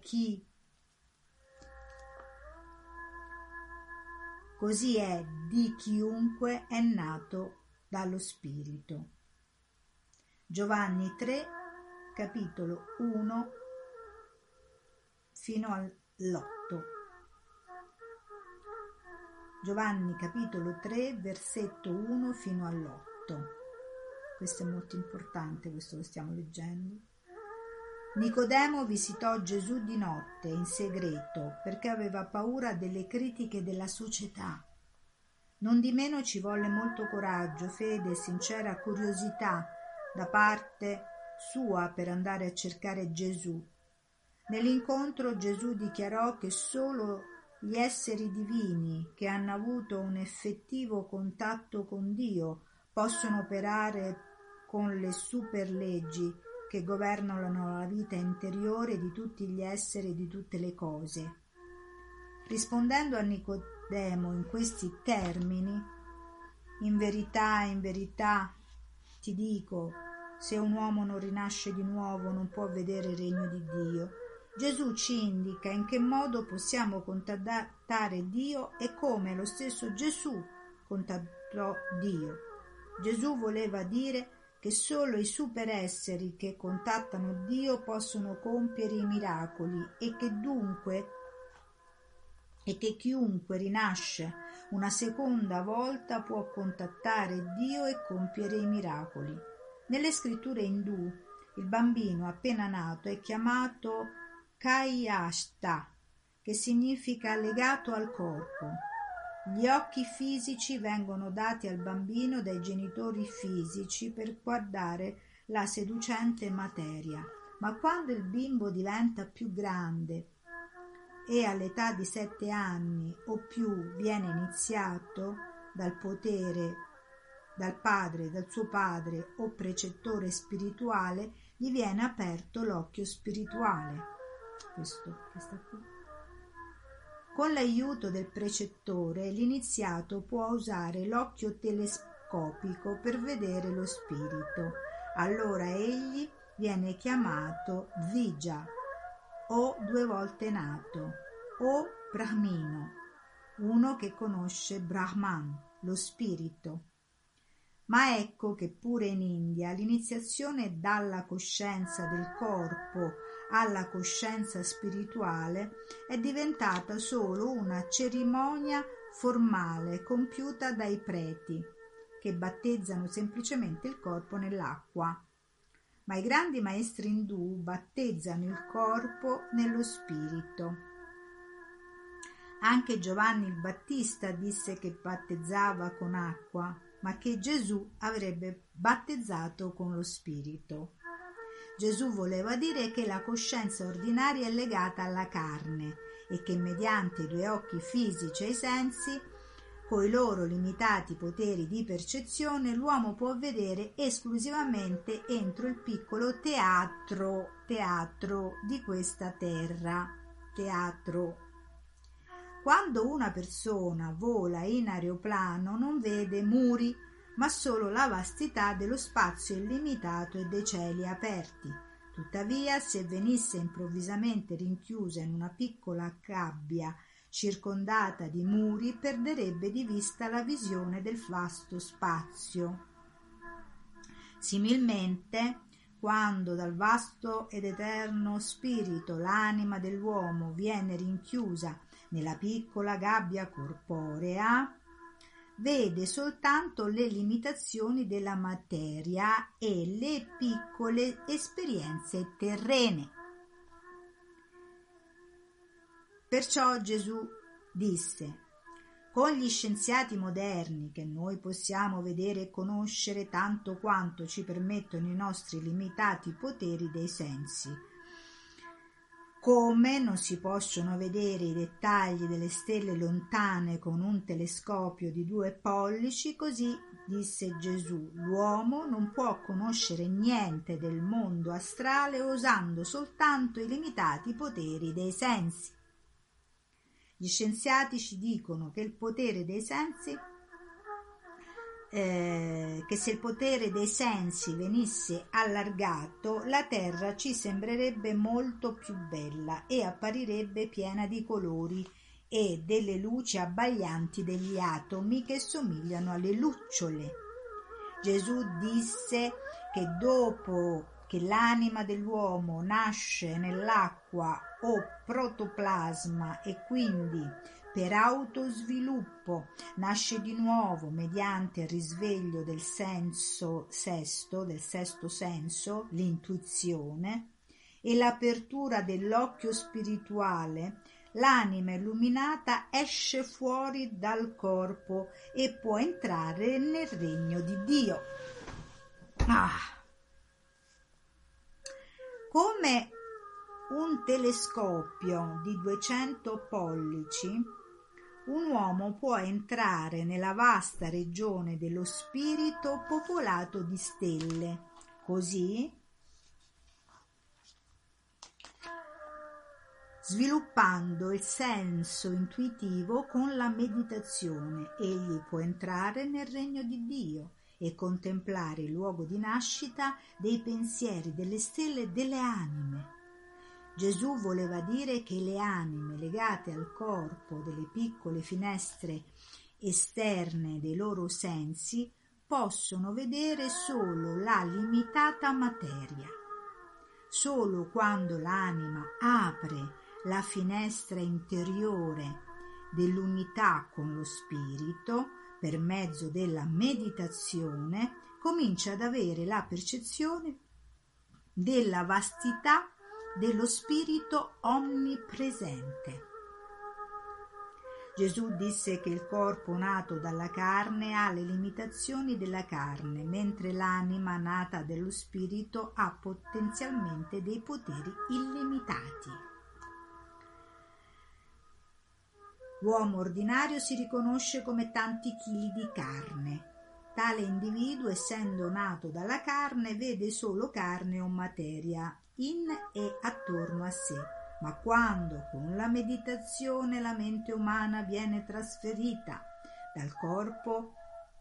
di chiunque è nato dallo Spirito. Giovanni 3, capitolo 1 fino all'8. Giovanni capitolo 3, versetto 1 fino all'8. Questo è molto importante, questo lo stiamo leggendo. Nicodemo visitò Gesù di notte in segreto perché aveva paura delle critiche della società. Nondimeno ci volle molto coraggio, fede e sincera curiosità da parte sua per andare a cercare Gesù. Nell'incontro Gesù dichiarò che solo gli esseri divini che hanno avuto un effettivo contatto con Dio possono operare con le superleggi che governano la vita interiore di tutti gli esseri e di tutte le cose. Rispondendo a Nicodemo in questi termini: in verità ti dico, se un uomo non rinasce di nuovo non può vedere il regno di Dio, Gesù ci indica in che modo possiamo contattare Dio e come lo stesso Gesù contattò Dio. Gesù voleva dire che solo i superesseri che contattano Dio possono compiere i miracoli e che chiunque rinasce una seconda volta può contattare Dio e compiere i miracoli. Nelle scritture indù il bambino appena nato è chiamato Kayashta, che significa legato al corpo. Gli occhi fisici vengono dati al bambino dai genitori fisici per guardare la seducente materia, ma quando il bimbo diventa più grande e all'età di 7 anni o più viene iniziato dal suo padre o precettore spirituale, gli viene aperto l'occhio spirituale. Questo che sta qui. Con l'aiuto del precettore, l'iniziato può usare l'occhio telescopico per vedere lo spirito. Allora egli viene chiamato Dvija, o 2 volte nato, o Brahmino, uno che conosce Brahman, lo spirito. Ma ecco che pure in India l'iniziazione dalla coscienza del corpo alla coscienza spirituale è diventata solo una cerimonia formale compiuta dai preti, che battezzano semplicemente il corpo nell'acqua. Ma i grandi maestri indù battezzano il corpo nello spirito. Anche Giovanni il Battista disse che battezzava con acqua, ma che Gesù avrebbe battezzato con lo spirito. Gesù voleva dire che la coscienza ordinaria è legata alla carne e che mediante i 2 occhi fisici e i sensi, coi loro limitati poteri di percezione, l'uomo può vedere esclusivamente entro il piccolo teatro di questa terra. Quando una persona vola in aeroplano non vede muri, ma solo la vastità dello spazio illimitato e dei cieli aperti. Tuttavia, se venisse improvvisamente rinchiusa in una piccola gabbia circondata di muri, perderebbe di vista la visione del vasto spazio. Similmente, quando dal vasto ed eterno spirito l'anima dell'uomo viene rinchiusa nella piccola gabbia corporea, vede soltanto le limitazioni della materia e le piccole esperienze terrene. Perciò Gesù disse: con gli scienziati moderni, che noi possiamo vedere e conoscere tanto quanto ci permettono i nostri limitati poteri dei sensi, come non si possono vedere i dettagli delle stelle lontane con un telescopio di 2 pollici, così, disse Gesù, l'uomo non può conoscere niente del mondo astrale usando soltanto i limitati poteri dei sensi. Gli scienziati ci dicono che il potere dei sensi che se il potere dei sensi venisse allargato, la Terra ci sembrerebbe molto più bella e apparirebbe piena di colori e delle luci abbaglianti degli atomi che somigliano alle lucciole. Gesù disse che dopo che l'anima dell'uomo nasce nell'acqua o protoplasma e quindi per autosviluppo nasce di nuovo mediante il risveglio del sesto senso, l'intuizione, e l'apertura dell'occhio spirituale, l'anima illuminata esce fuori dal corpo e può entrare nel regno di Dio. Come un telescopio di 200 pollici, un uomo può entrare nella vasta regione dello spirito popolato di stelle. Così, sviluppando il senso intuitivo con la meditazione, egli può entrare nel regno di Dio e contemplare il luogo di nascita dei pensieri delle stelle e delle anime. Gesù voleva dire che le anime legate al corpo delle piccole finestre esterne dei loro sensi possono vedere solo la limitata materia. Solo quando l'anima apre la finestra interiore dell'unità con lo spirito, per mezzo della meditazione, comincia ad avere la percezione della vastità dello spirito onnipresente. Gesù disse che il corpo nato dalla carne ha le limitazioni della carne, mentre l'anima nata dello spirito ha potenzialmente dei poteri illimitati. L'uomo ordinario si riconosce come tanti chili di carne. Tale individuo, essendo nato dalla carne, vede solo carne o materia in e attorno a sé, ma quando con la meditazione la mente umana viene trasferita dal corpo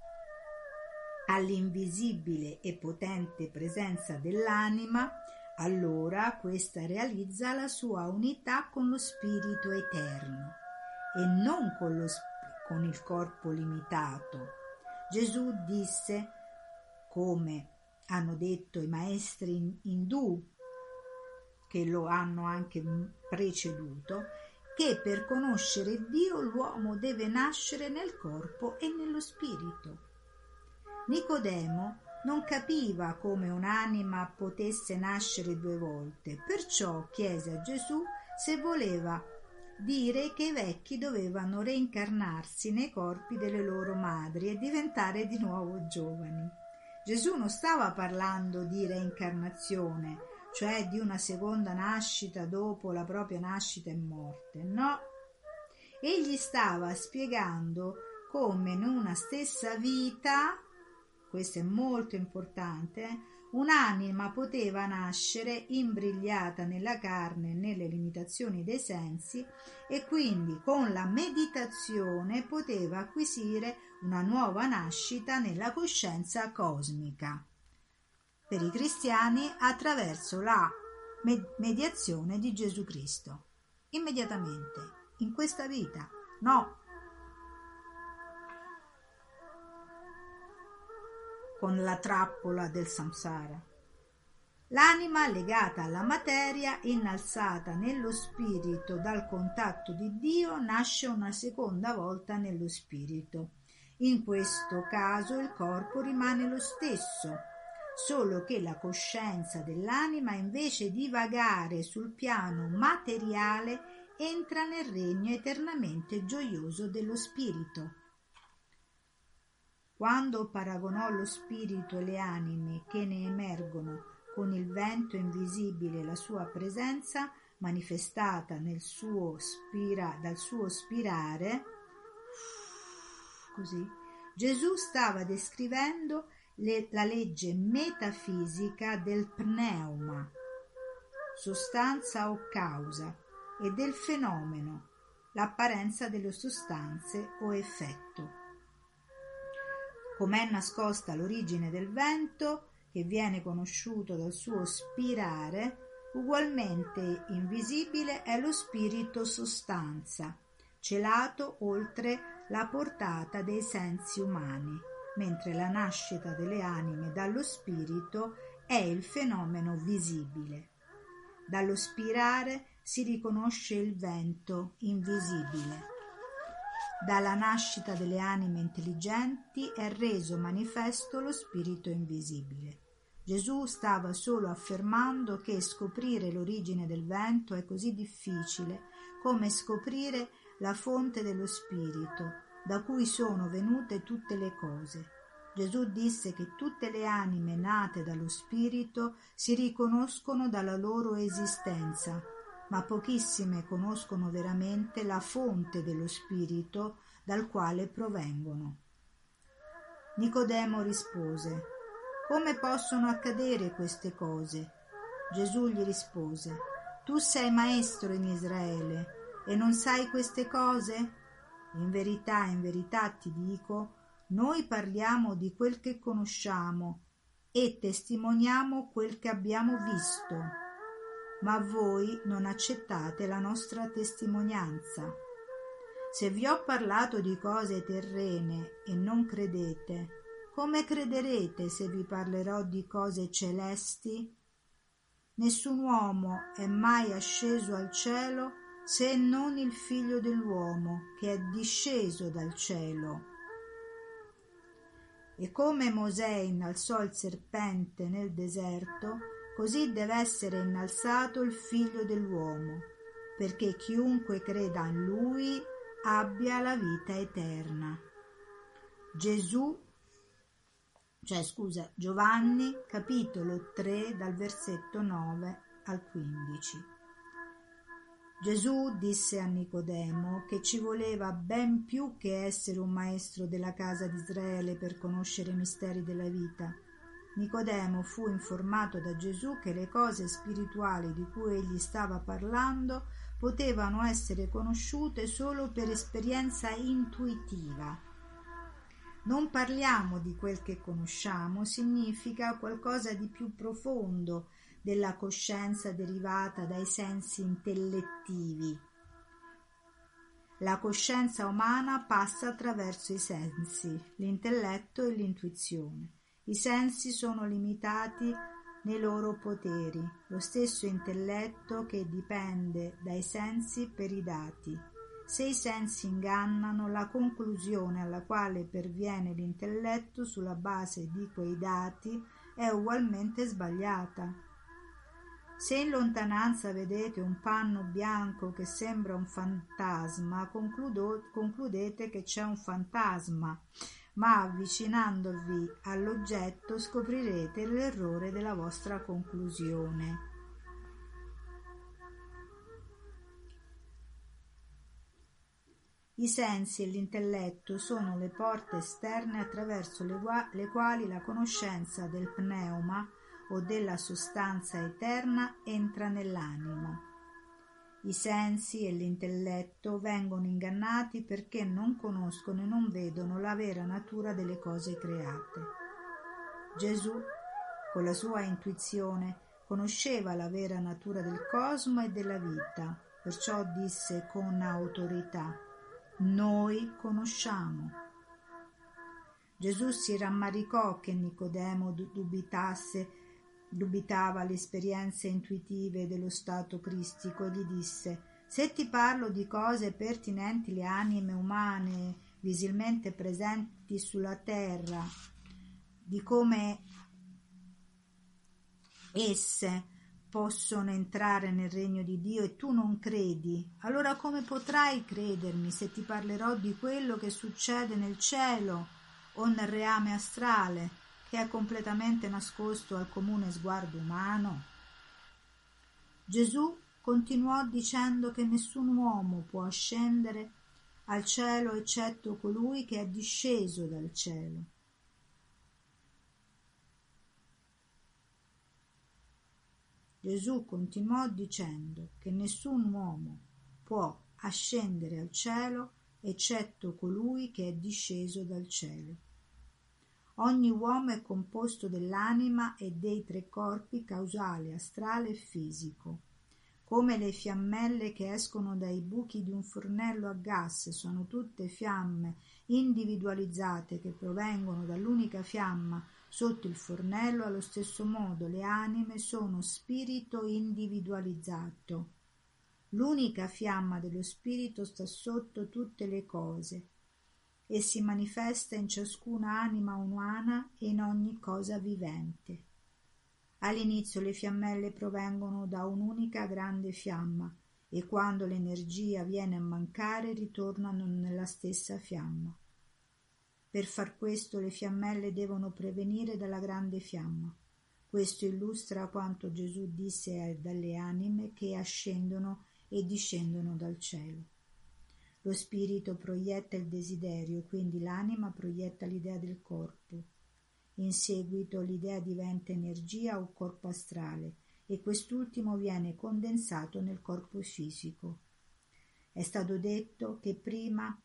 all'invisibile e potente presenza dell'anima, allora questa realizza la sua unità con lo spirito eterno e non con il corpo limitato. Gesù disse, come hanno detto i maestri indù che lo hanno anche preceduto, che per conoscere Dio l'uomo deve nascere nel corpo e nello spirito. Nicodemo non capiva come un'anima potesse nascere 2 volte, perciò chiese a Gesù se voleva dire che i vecchi dovevano reincarnarsi nei corpi delle loro madri e diventare di nuovo giovani. Gesù non stava parlando di reincarnazione, cioè di una seconda nascita dopo la propria nascita e morte, no. Egli stava spiegando come in una stessa vita, questo è molto importante, un'anima poteva nascere imbrigliata nella carne e nelle limitazioni dei sensi e quindi con la meditazione poteva acquisire una nuova nascita nella coscienza cosmica. Per i cristiani attraverso la mediazione di Gesù Cristo. Immediatamente in questa vita. No. Con la trappola del samsara. L'anima legata alla materia, innalzata nello spirito dal contatto di Dio, nasce una seconda volta nello spirito. In questo caso il corpo rimane lo stesso, solo che la coscienza dell'anima, invece di vagare sul piano materiale, entra nel regno eternamente gioioso dello spirito. Quando paragonò lo spirito e le anime che ne emergono con il vento invisibile la sua presenza, manifestata dal suo spirare, così, Gesù stava descrivendo la legge metafisica del pneuma, sostanza o causa, e del fenomeno, l'apparenza delle sostanze o effetto. Com'è nascosta l'origine del vento, che viene conosciuto dal suo spirare, ugualmente invisibile è lo spirito sostanza, celato oltre la portata dei sensi umani, mentre la nascita delle anime dallo spirito è il fenomeno visibile. Dallo spirare si riconosce il vento invisibile. Dalla nascita delle anime intelligenti è reso manifesto lo spirito invisibile. Gesù stava solo affermando che scoprire l'origine del vento è così difficile come scoprire la fonte dello spirito, da cui sono venute tutte le cose. Gesù disse che tutte le anime nate dallo spirito si riconoscono dalla loro esistenza, ma pochissime conoscono veramente la fonte dello spirito dal quale provengono. Nicodemo rispose: «Come possono accadere queste cose?» Gesù gli rispose: «Tu sei maestro in Israele e non sai queste cose? In verità ti dico, noi parliamo di quel che conosciamo e testimoniamo quel che abbiamo visto, ma voi non accettate la nostra testimonianza. Se vi ho parlato di cose terrene e non credete, come crederete se vi parlerò di cose celesti? Nessun uomo è mai asceso al cielo se non il Figlio dell'uomo, che è disceso dal cielo. E come Mosè innalzò il serpente nel deserto, così deve essere innalzato il Figlio dell'uomo, perché chiunque creda in Lui abbia la vita eterna. Giovanni, capitolo 3, dal versetto 9 al 15. Gesù disse a Nicodemo che ci voleva ben più che essere un maestro della casa di Israele per conoscere i misteri della vita. Nicodemo fu informato da Gesù che le cose spirituali di cui egli stava parlando potevano essere conosciute solo per esperienza intuitiva. Non parliamo di quel che conosciamo significa qualcosa di più profondo della coscienza derivata dai sensi intellettivi. La coscienza umana passa attraverso i sensi, l'intelletto e l'intuizione. I sensi sono limitati nei loro poteri, lo stesso intelletto che dipende dai sensi per i dati. Se i sensi ingannano, la conclusione alla quale perviene l'intelletto sulla base di quei dati è ugualmente sbagliata. Se in lontananza vedete un panno bianco che sembra un fantasma, concludete che c'è un fantasma, ma avvicinandovi all'oggetto scoprirete l'errore della vostra conclusione. I sensi e l'intelletto sono le porte esterne attraverso le quali la conoscenza del pneuma o della sostanza eterna entra nell'anima. I sensi e l'intelletto vengono ingannati perché non conoscono e non vedono la vera natura delle cose create. Gesù, con la sua intuizione, conosceva la vera natura del cosmo e della vita. perciò disse con autorità: «Noi conosciamo». Gesù si rammaricò che Nicodemo dubitava le esperienze intuitive dello stato cristico e gli disse: «Se ti parlo di cose pertinenti alle anime umane visibilmente presenti sulla terra, di come esse possono entrare nel regno di Dio e tu non credi, allora come potrai credermi se ti parlerò di quello che succede nel cielo o nel reame astrale, che è completamente nascosto al comune sguardo umano?» Gesù continuò dicendo che nessun uomo può ascendere al cielo eccetto colui che è disceso dal cielo. Gesù continuò dicendo che nessun uomo può ascendere al cielo eccetto colui che è disceso dal cielo. Ogni uomo è composto dell'anima e dei tre corpi causale, astrale e fisico. Come le fiammelle che escono dai buchi di un fornello a gas sono tutte fiamme individualizzate che provengono dall'unica fiamma sotto il fornello, allo stesso modo le anime sono spirito individualizzato. L'unica fiamma dello spirito sta sotto tutte le cose e si manifesta in ciascuna anima umana e in ogni cosa vivente. All'inizio le fiammelle provengono da un'unica grande fiamma e quando l'energia viene a mancare ritornano nella stessa fiamma. Per far questo le fiammelle devono provenire dalla grande fiamma. Questo illustra quanto Gesù disse dalle anime che ascendono e discendono dal cielo. Lo spirito proietta il desiderio, quindi l'anima proietta l'idea del corpo. In seguito l'idea diventa energia o corpo astrale e quest'ultimo viene condensato nel corpo fisico. È stato detto prima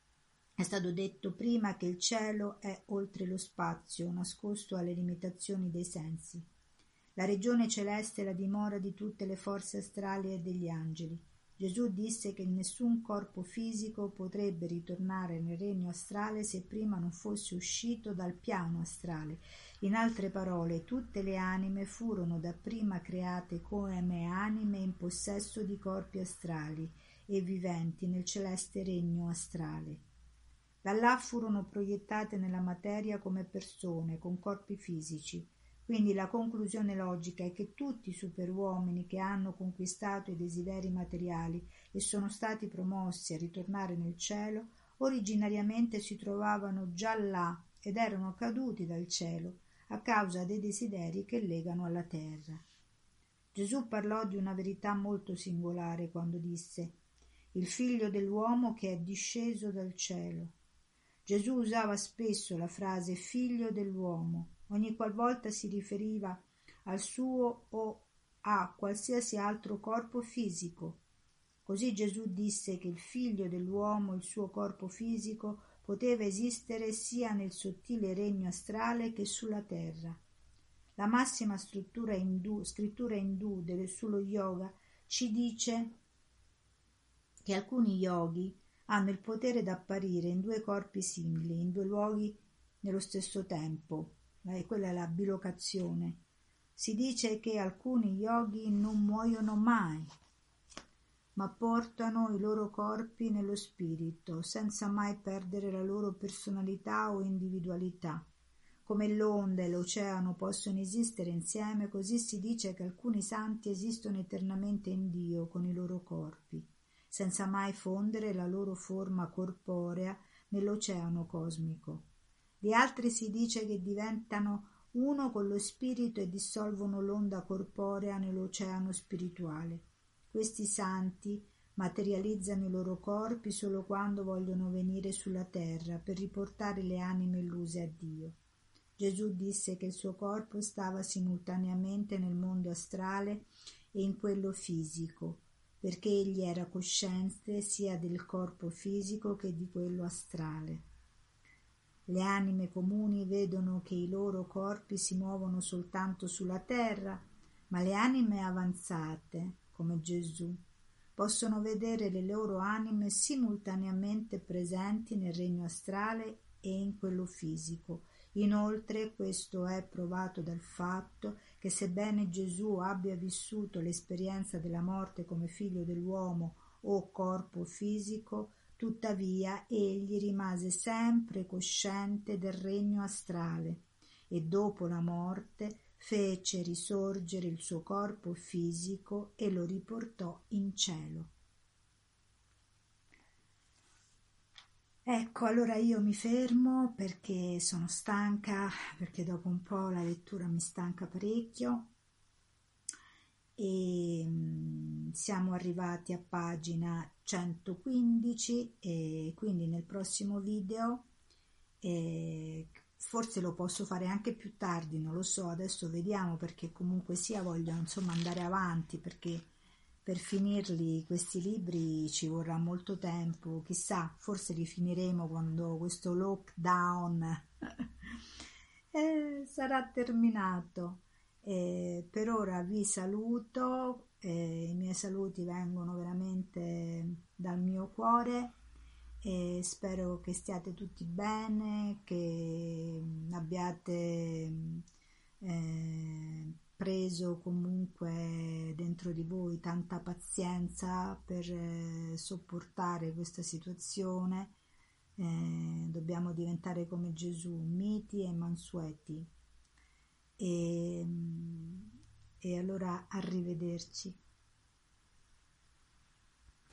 che il cielo è oltre lo spazio, nascosto alle limitazioni dei sensi. La regione celeste è la dimora di tutte le forze astrali e degli angeli. Gesù disse che nessun corpo fisico potrebbe ritornare nel regno astrale se prima non fosse uscito dal piano astrale. In altre parole, tutte le anime furono dapprima create come anime in possesso di corpi astrali e viventi nel celeste regno astrale. Da là furono proiettate nella materia come persone con corpi fisici. Quindi la conclusione logica è che tutti i superuomini che hanno conquistato i desideri materiali e sono stati promossi a ritornare nel cielo originariamente si trovavano già là ed erano caduti dal cielo a causa dei desideri che legano alla terra. Gesù parlò di una verità molto singolare quando disse: «Il figlio dell'uomo che è disceso dal cielo». Gesù usava spesso la frase figlio dell'uomo ogni qualvolta si riferiva al suo o a qualsiasi altro corpo fisico. Così Gesù disse che il figlio dell'uomo, il suo corpo fisico, poteva esistere sia nel sottile regno astrale che sulla terra. La massima scrittura indù sullo yoga ci dice che alcuni yogi hanno il potere di apparire in due corpi simili, in due luoghi nello stesso tempo. Quella è la bilocazione. Si dice che alcuni yogi non muoiono mai, ma portano i loro corpi nello spirito, senza mai perdere la loro personalità o individualità. Come l'onda e l'oceano possono esistere insieme, così si dice che alcuni santi esistono eternamente in Dio con i loro corpi, senza mai fondere la loro forma corporea nell'oceano cosmico. Di altri si dice che diventano uno con lo spirito e dissolvono l'onda corporea nell'oceano spirituale. Questi santi materializzano i loro corpi solo quando vogliono venire sulla terra per riportare le anime illuse a Dio. Gesù disse che il suo corpo stava simultaneamente nel mondo astrale e in quello fisico, perché egli era cosciente sia del corpo fisico che di quello astrale. Le anime comuni vedono che i loro corpi si muovono soltanto sulla terra, ma le anime avanzate, come Gesù, possono vedere le loro anime simultaneamente presenti nel regno astrale e in quello fisico. Inoltre questo è provato dal fatto che sebbene Gesù abbia vissuto l'esperienza della morte come figlio dell'uomo o corpo fisico, tuttavia egli rimase sempre cosciente del regno astrale e dopo la morte fece risorgere il suo corpo fisico e lo riportò in cielo. Ecco, allora io mi fermo perché sono stanca, perché dopo un po' la lettura mi stanca parecchio e siamo arrivati a pagina 115 e quindi nel prossimo video forse lo posso fare anche più tardi, non lo so, adesso vediamo, perché comunque sia voglio insomma andare avanti, perché per finirli questi libri ci vorrà molto tempo, chissà, forse li finiremo quando questo lockdown sarà terminato. Per ora vi saluto, i miei saluti vengono veramente dal mio cuore e spero che stiate tutti bene, che abbiate preso comunque dentro di voi tanta pazienza per sopportare questa situazione. Dobbiamo diventare come Gesù, miti e mansueti. E allora arrivederci.